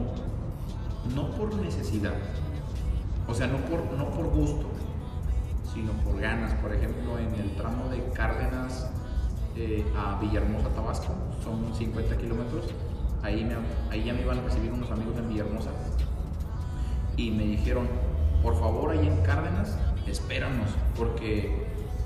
no por necesidad, o sea, no por gusto, sino por ganas. Por ejemplo, en el tramo de Cárdenas a Villahermosa, Tabasco, son 50 kilómetros. Ahí ya me iban a recibir unos amigos en Villahermosa y me dijeron, por favor, ahí en Cárdenas, espéranos, porque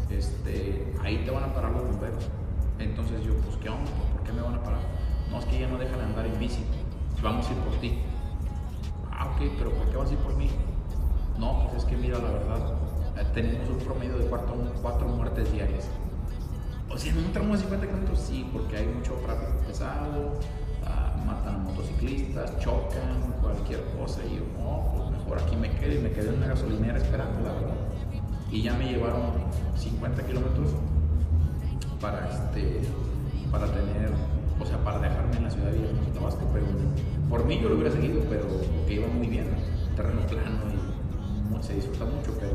ahí te van a parar los bomberos. Entonces yo, pues, ¿qué onda? ¿Por qué me van a parar? No, es que ya no dejan andar en bici, vamos a ir por ti. Ah, ok, pero ¿por qué vas a ir por mí? No, pues es que mira, la verdad, tenemos un promedio de 4 muertes diarias. O sea, en un tramo de 50 kilómetros sí, porque hay mucho tráfico pesado, matan a motociclistas, chocan, cualquier cosa, y yo, no, pues mejor aquí me quedé en una gasolinera esperando, la verdad. Y ya me llevaron 50 kilómetros para tener, o sea, para dejarme en la ciudad de Villahermosa, Tabasco, pero por mí yo lo hubiera seguido, pero porque iba muy bien, terreno plano y se disfruta mucho, pero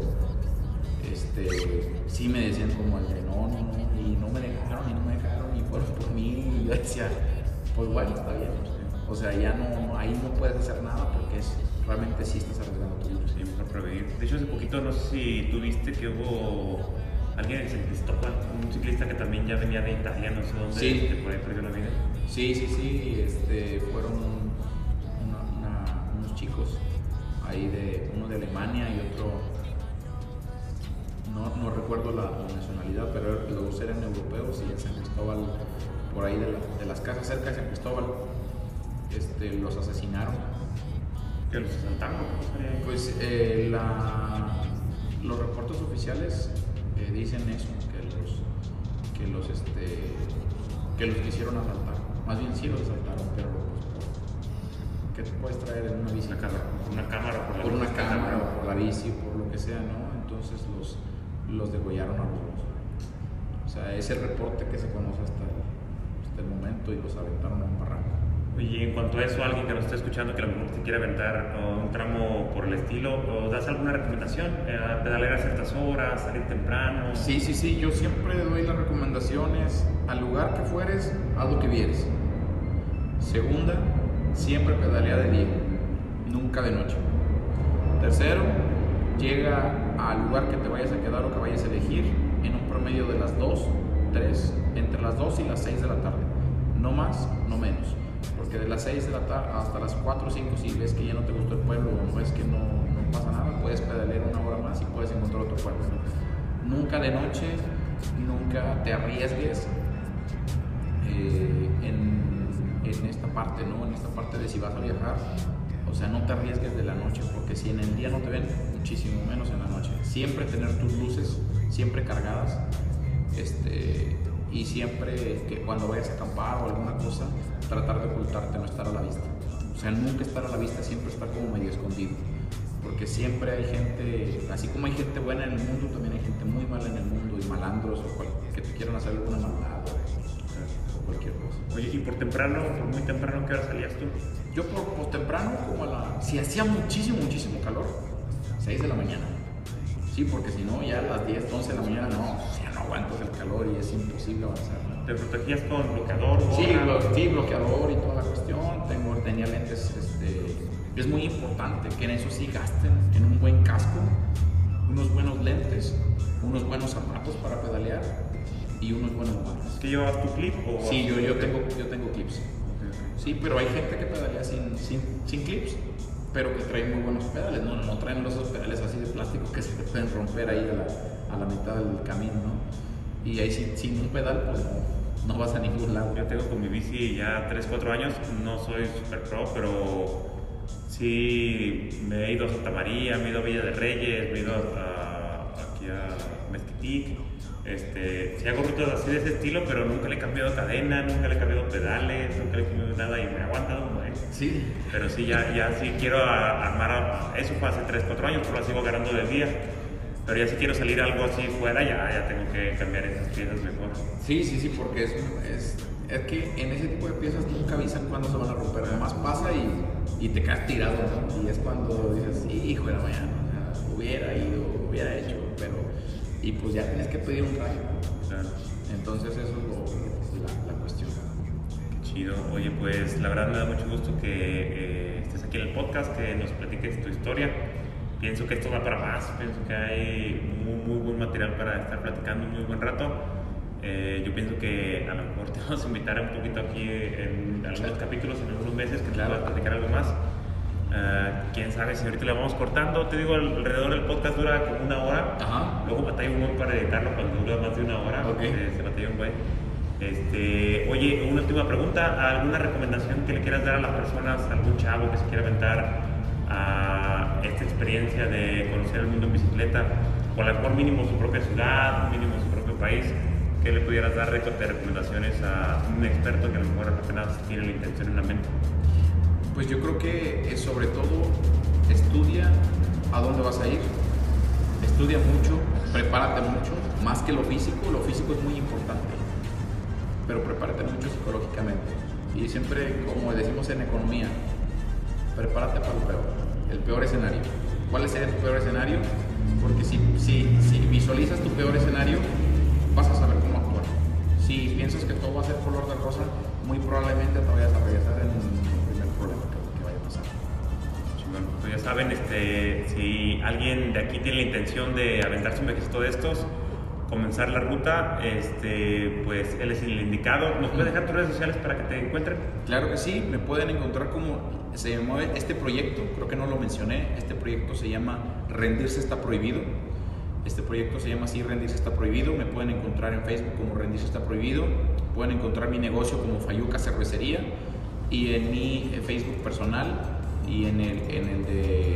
sí me decían como el de no, y no me dejaron, y fueron por mí, y yo decía, pues bueno, está bien, o sea, ya no, ahí no puedes hacer nada porque realmente sí estás arriesgando tu vida. Sí, mejor prevenir. De hecho, hace poquito, no sé si tú viste que hubo alguien en San Cristóbal, un ciclista que también ya venía de Italia, no sé dónde, sí, que por ahí perdió la vida. Sí, fueron unos chicos ahí, uno de Alemania y otro, no recuerdo la nacionalidad, pero los dos eran europeos y en San Cristóbal, por ahí de las casas cerca de San Cristóbal, los asesinaron. ¿Que los asaltaron? Pues los reportes oficiales dicen eso, que los quisieron asaltar. Más bien sí los asaltaron, pero ¿qué te puedes traer en una bici? Una cámara por una cámara o por la bici, por lo que sea, ¿no? Entonces los degollaron a los dos. O sea, es el reporte que se conoce hasta el momento, y los aventaron a un barranco. Oye, en cuanto a eso, alguien que nos esté escuchando que a lo mejor te quiere aventar un tramo por el estilo, ¿o das alguna recomendación? ¿Pedalear a ciertas horas, salir temprano? Sí, yo siempre doy las recomendaciones. Al lugar que fueres, haz lo que vieres. Segunda, siempre pedalea de día, nunca de noche. Tercero, llega al lugar que te vayas a quedar o que vayas a elegir en un promedio de las 2, 3, entre las 2 y las 6 de la tarde. No más, no menos. Porque de las 6 de la tarde hasta las 4 o 5, si ves que ya no te gustó el pueblo o ves que no pasa nada, puedes pedalear una hora más y puedes encontrar otro pueblo. Nunca de noche, nunca te arriesgues en esta parte, ¿no? En esta parte de si vas a viajar, o sea, no te arriesgues de la noche, porque si en el día no te ven, muchísimo menos en la noche. Siempre tener tus luces, siempre cargadas, y siempre que cuando vayas a acampar o alguna cosa, tratar de ocultarte, no estar a la vista. O sea, nunca estar a la vista, siempre estar como medio escondido. Porque siempre hay gente, así como hay gente buena en el mundo, también hay gente muy mala en el mundo, y malandros que te quieran hacer alguna maldad o cualquier cosa. Oye, y por muy temprano, ¿qué hora salías tú? Yo por temprano, si hacía muchísimo calor, 6 de la mañana. Sí, porque si no, ya a las 10, 11 de la mañana ya no aguantas el calor y es imposible avanzar, ¿no? ¿Te protegías con bloqueador? Sí, bloqueador y toda la cuestión. Tenía lentes, es muy importante que en eso sí gasten en un buen casco, unos buenos lentes, unos buenos zapatos para pedalear y unos buenos guantes. ¿Qué llevabas tu clip? Sí, yo tengo clips. Sí, pero hay gente que pedalea sin clips, pero que traen muy buenos pedales. No traen esos pedales así de plástico que se te pueden romper ahí a la mitad del camino, ¿no? Y ahí sin un pedal, pues no vas a ningún lado. Yo tengo con mi bici ya 3-4 años, no soy super pro, pero sí me he ido a Santa María, me he ido a Villa de Reyes, me he ido aquí a Mezquitic. Sí hago rutas así de ese estilo, pero nunca le he cambiado cadena, nunca le he cambiado pedales, nunca le he cambiado nada y me ha aguantado, ¿no? Sí. Pero sí, ya sí quiero armar, eso fue hace 3-4 años, pero lo sigo agarrando del día. Pero ya si quiero salir algo así fuera, ya tengo que cambiar esas piezas mejor. Sí, porque es que en ese tipo de piezas nunca avisan cuándo se van a romper. Además pasa y te quedas tirado, ¿no? Y es cuando dices, sí, hijo de la mañana, o sea, hubiera ido, hubiera hecho, y pues ya tienes que pedir un rayo, ¿no? Claro. Entonces eso es la cuestión. Qué chido. Oye, pues la verdad me da mucho gusto que estés aquí en el podcast, que nos platiques tu historia. Pienso que esto va para más, pienso que hay muy buen material para estar platicando un muy buen rato. Yo pienso que a lo mejor te vamos a invitar un poquito aquí en algunos capítulos, en algunos meses, que nos puedas platicar algo más. Quién sabe si ahorita le vamos cortando. Te digo, alrededor del podcast dura como 1 hora. Ajá. Luego batalla un buen para editarlo cuando dura más de 1 hora. Okay. Se batalla un buen. Oye, una última pregunta. ¿Alguna recomendación que le quieras dar a las personas, algún chavo que se quiera aventar a esta experiencia de conocer el mundo en bicicleta, o a lo mejor mínimo su propia ciudad, mínimo su propio país? ¿Qué le pudieras dar de recomendaciones a un experto que a lo mejor apenas tiene la intención en la mente? Pues yo creo que sobre todo estudia a dónde vas a ir, estudia mucho, prepárate mucho, más que lo físico es muy importante, pero prepárate mucho psicológicamente. Y siempre, como decimos en economía, prepárate para lo peor, el peor escenario. ¿Cuál sería tu peor escenario? Porque si visualizas tu peor escenario, vas a saber cómo actuar. Si piensas que todo va a ser color de rosa, muy probablemente te vayas a regresar en el primer problema que vaya a pasar. Bueno, pues ya saben, si alguien de aquí tiene la intención de aventarse un viajecito de estos, comenzar la ruta, pues él es el indicado. ¿Nos puedes dejar tus redes sociales para que te encuentren? Claro que sí, me pueden encontrar como se mueve este proyecto, creo que no lo mencioné, este proyecto se llama Rendirse está prohibido. Este proyecto se llama así, Rendirse está prohibido. Me pueden encontrar en Facebook como Rendirse está prohibido. Pueden encontrar mi negocio como Fayuca Cervecería, y en mi Facebook personal y en el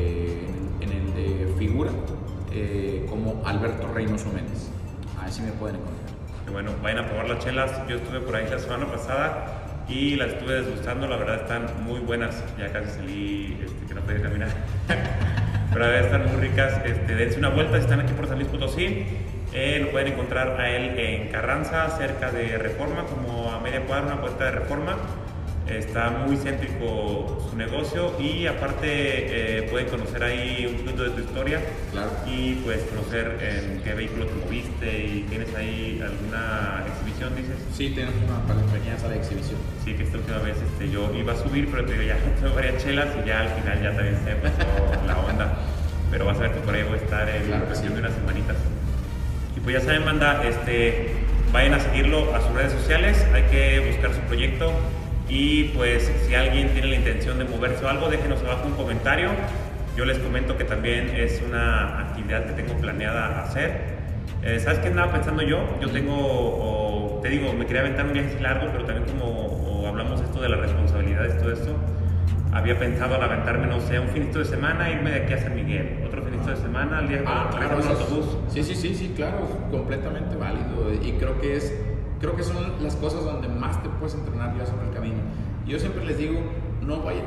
de Figura como Alberto Reynoso Méndez. Así me pueden encontrar. Que bueno, vayan a probar las chelas. Yo estuve por ahí la semana pasada y las estuve degustando, la verdad están muy buenas. Ya casi salí, que no podía caminar. Pero la verdad están muy ricas. Dense una vuelta si están aquí por San Luis Potosí. Lo pueden encontrar a él en Carranza, cerca de Reforma, como a media cuadra, una puerta de Reforma. Está muy céntrico su negocio y aparte pueden conocer ahí un poquito de tu historia. Claro. Y pues conocer en qué vehículo te moviste y tienes ahí alguna exhibición, dices. Sí, tenemos una pequeña sala de exhibición. Sí, que esta última vez yo iba a subir, pero te digo, ya tuve varias chelas y ya al final ya también se empezó la onda. Pero vas a ver que por ahí voy a estar en cuestión de unas semanitas. Y pues ya saben, banda, vayan a seguirlo a sus redes sociales, hay que buscar su proyecto. Y pues si alguien tiene la intención de moverse o algo, déjenos abajo un comentario. Yo les comento que también es una actividad que tengo planeada hacer. ¿Sabes qué andaba pensando yo? Yo tengo, te digo, me quería aventar un viaje largo, pero también como hablamos esto de las responsabilidades, todo esto, había pensado al aventarme, no sé, un finito de semana, irme de aquí a San Miguel, otro finito de semana, al día claro, en autobús. Sí, claro, completamente válido. Y creo que son las cosas donde más te puedes entrenar ya sobre el camino. Yo siempre les digo, no vaya,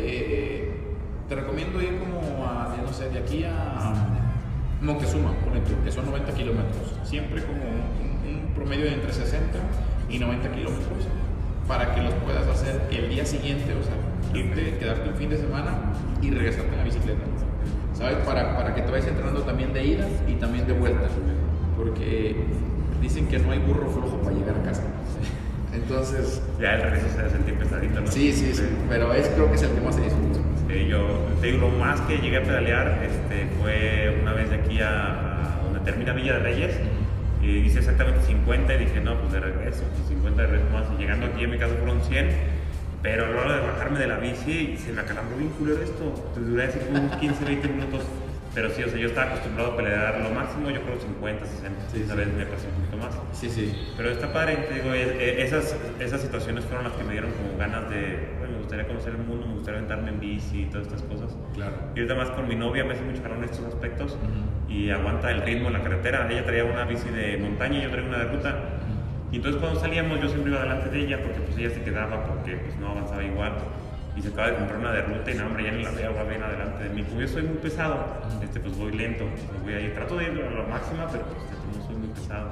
te recomiendo ir como no sé, de aquí a Moctezuma, por ejemplo, que son 90 kilómetros, siempre como un promedio de entre 60 y 90 kilómetros, para que los puedas hacer el día siguiente, o sea, quedarte un fin de semana y regresarte en la bicicleta, ¿sabes? Para que te vayas entrenando también de ida y también de vuelta, porque dicen que no hay burro flojo para llegar a casa. Entonces... Ya el regreso se debe sentir pesadito, ¿no? Sí, pero creo que es el que más se disfruta. Yo te digo, lo más que llegué a pedalear fue una vez de aquí a donde termina Villa de Reyes, y hice exactamente 50 y dije, no, pues de regreso, 50 de regreso más, y llegando aquí en mi caso fueron 100, pero a la hora de bajarme de la bici se me acalambró bien culero esto, duré así como unos 15, 20 minutos, pero sí, o sea, yo estaba acostumbrado a pedalear lo máximo, yo creo 50, 60, esa vez me pasé un poquito más. Sí. Pero está padre, te digo, esas situaciones fueron las que me dieron como ganas de, bueno, me gustaría conocer el mundo, me gustaría aventarme en bici y todas estas cosas. Claro. Y ahorita más con mi novia me hace mucho calor en estos aspectos y aguanta el ritmo en la carretera. Ella traía una bici de montaña y yo traía una de ruta. Y entonces cuando salíamos yo siempre iba delante de ella porque pues ella se quedaba porque pues no avanzaba igual. Y se acaba de comprar una de ruta y no, hombre, ya ni la veo, va bien adelante de mí. Como yo soy muy pesado, pues voy lento, voy ahí, trato de ir a la máxima, pero pues no soy muy pesado.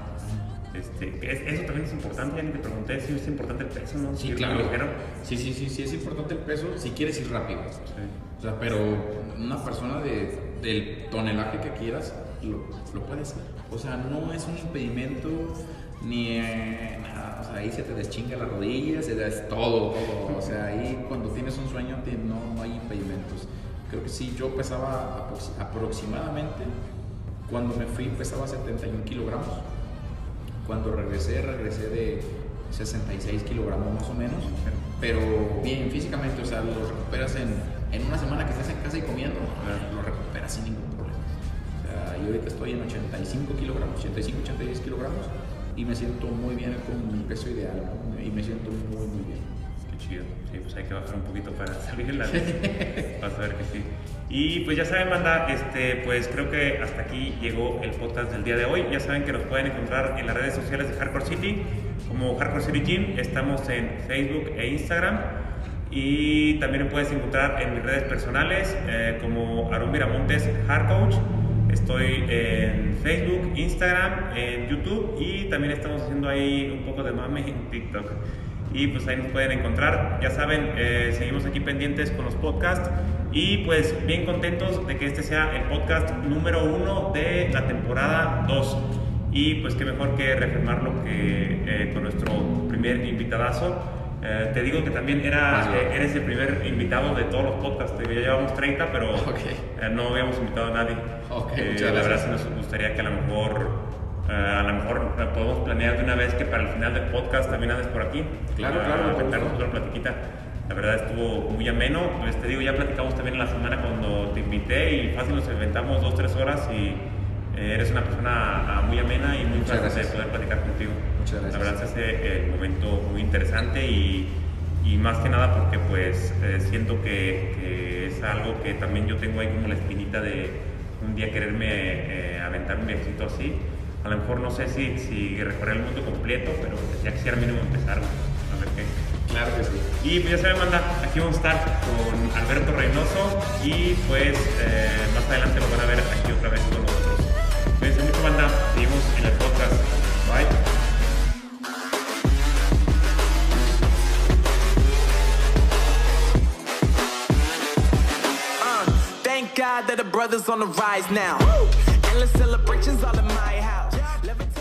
Eso también es importante, ya ni te pregunté si es importante el peso, ¿no? Sí, claro. Sí, es importante el peso si quieres ir rápido. Sí. O sea, pero una persona del tonelaje que quieras, lo puedes. O sea, no es un impedimento ni nada. O sea, ahí se te deschinga las rodillas, es todo. O sea, ahí cuando tienes un sueño no hay impedimentos. Creo que sí, yo pesaba aproximadamente, cuando me fui pesaba 71 kilogramos. Cuando regresé de 66 kilogramos más o menos, pero bien físicamente, o sea, lo recuperas en una semana que estás en casa y comiendo, lo recuperas sin ningún problema. O sea, yo ahorita estoy en 85 kilogramos, 85, 86 kilogramos y me siento muy bien con mi peso ideal, ¿no? Y me siento muy, muy bien. Qué chido. Sí, pues hay que bajar un poquito para salir en la luz. Vas a ver que sí. Y pues ya saben, banda, pues creo que hasta aquí llegó el podcast del día de hoy. Ya saben que nos pueden encontrar en las redes sociales de Hardcore City como Hardcore City Gym. Estamos en Facebook e Instagram. Y también me puedes encontrar en mis redes personales como Aarón Miramontes Hard Coach. Estoy en Facebook, Instagram, en YouTube y también estamos haciendo ahí un poco de mame en TikTok. Y pues ahí nos pueden encontrar. Ya saben, seguimos aquí pendientes con los podcasts y pues bien contentos de que este sea el podcast número 1 de la temporada 2. Y pues qué mejor que reafirmarlo que con nuestro primer invitadazo. Te digo que también eres el primer invitado de todos los podcasts. Ya llevamos 30, pero no habíamos invitado a nadie. La verdad sí nos gustaría que a lo mejor podemos planear de una vez que para el final del podcast también andes por aquí. Claro. Contarnos otra platiquita. La verdad estuvo muy ameno. Pues te digo, ya platicamos también en la semana cuando te invité y fácil nos inventamos 2-3 horas y eres una persona muy amena y muy fácil de poder platicar contigo. Muchas gracias. La verdad se hace el momento muy interesante y más que nada porque pues siento que es algo que también yo tengo ahí como la espinita de un día quererme aventar un viajecito así. A lo mejor no sé si recorrer el mundo completo, pero ya quisiera mínimo empezar, a ver qué. Claro que sí. Y pues ya saben, banda, aquí vamos a estar con Alberto Reynoso y pues más adelante lo van a ver aquí otra vez con nosotros. Cuídense mucho, banda, seguimos en el podcast. Bye. Thank God that the brothers on the rise now. Endless celebrations all in my house.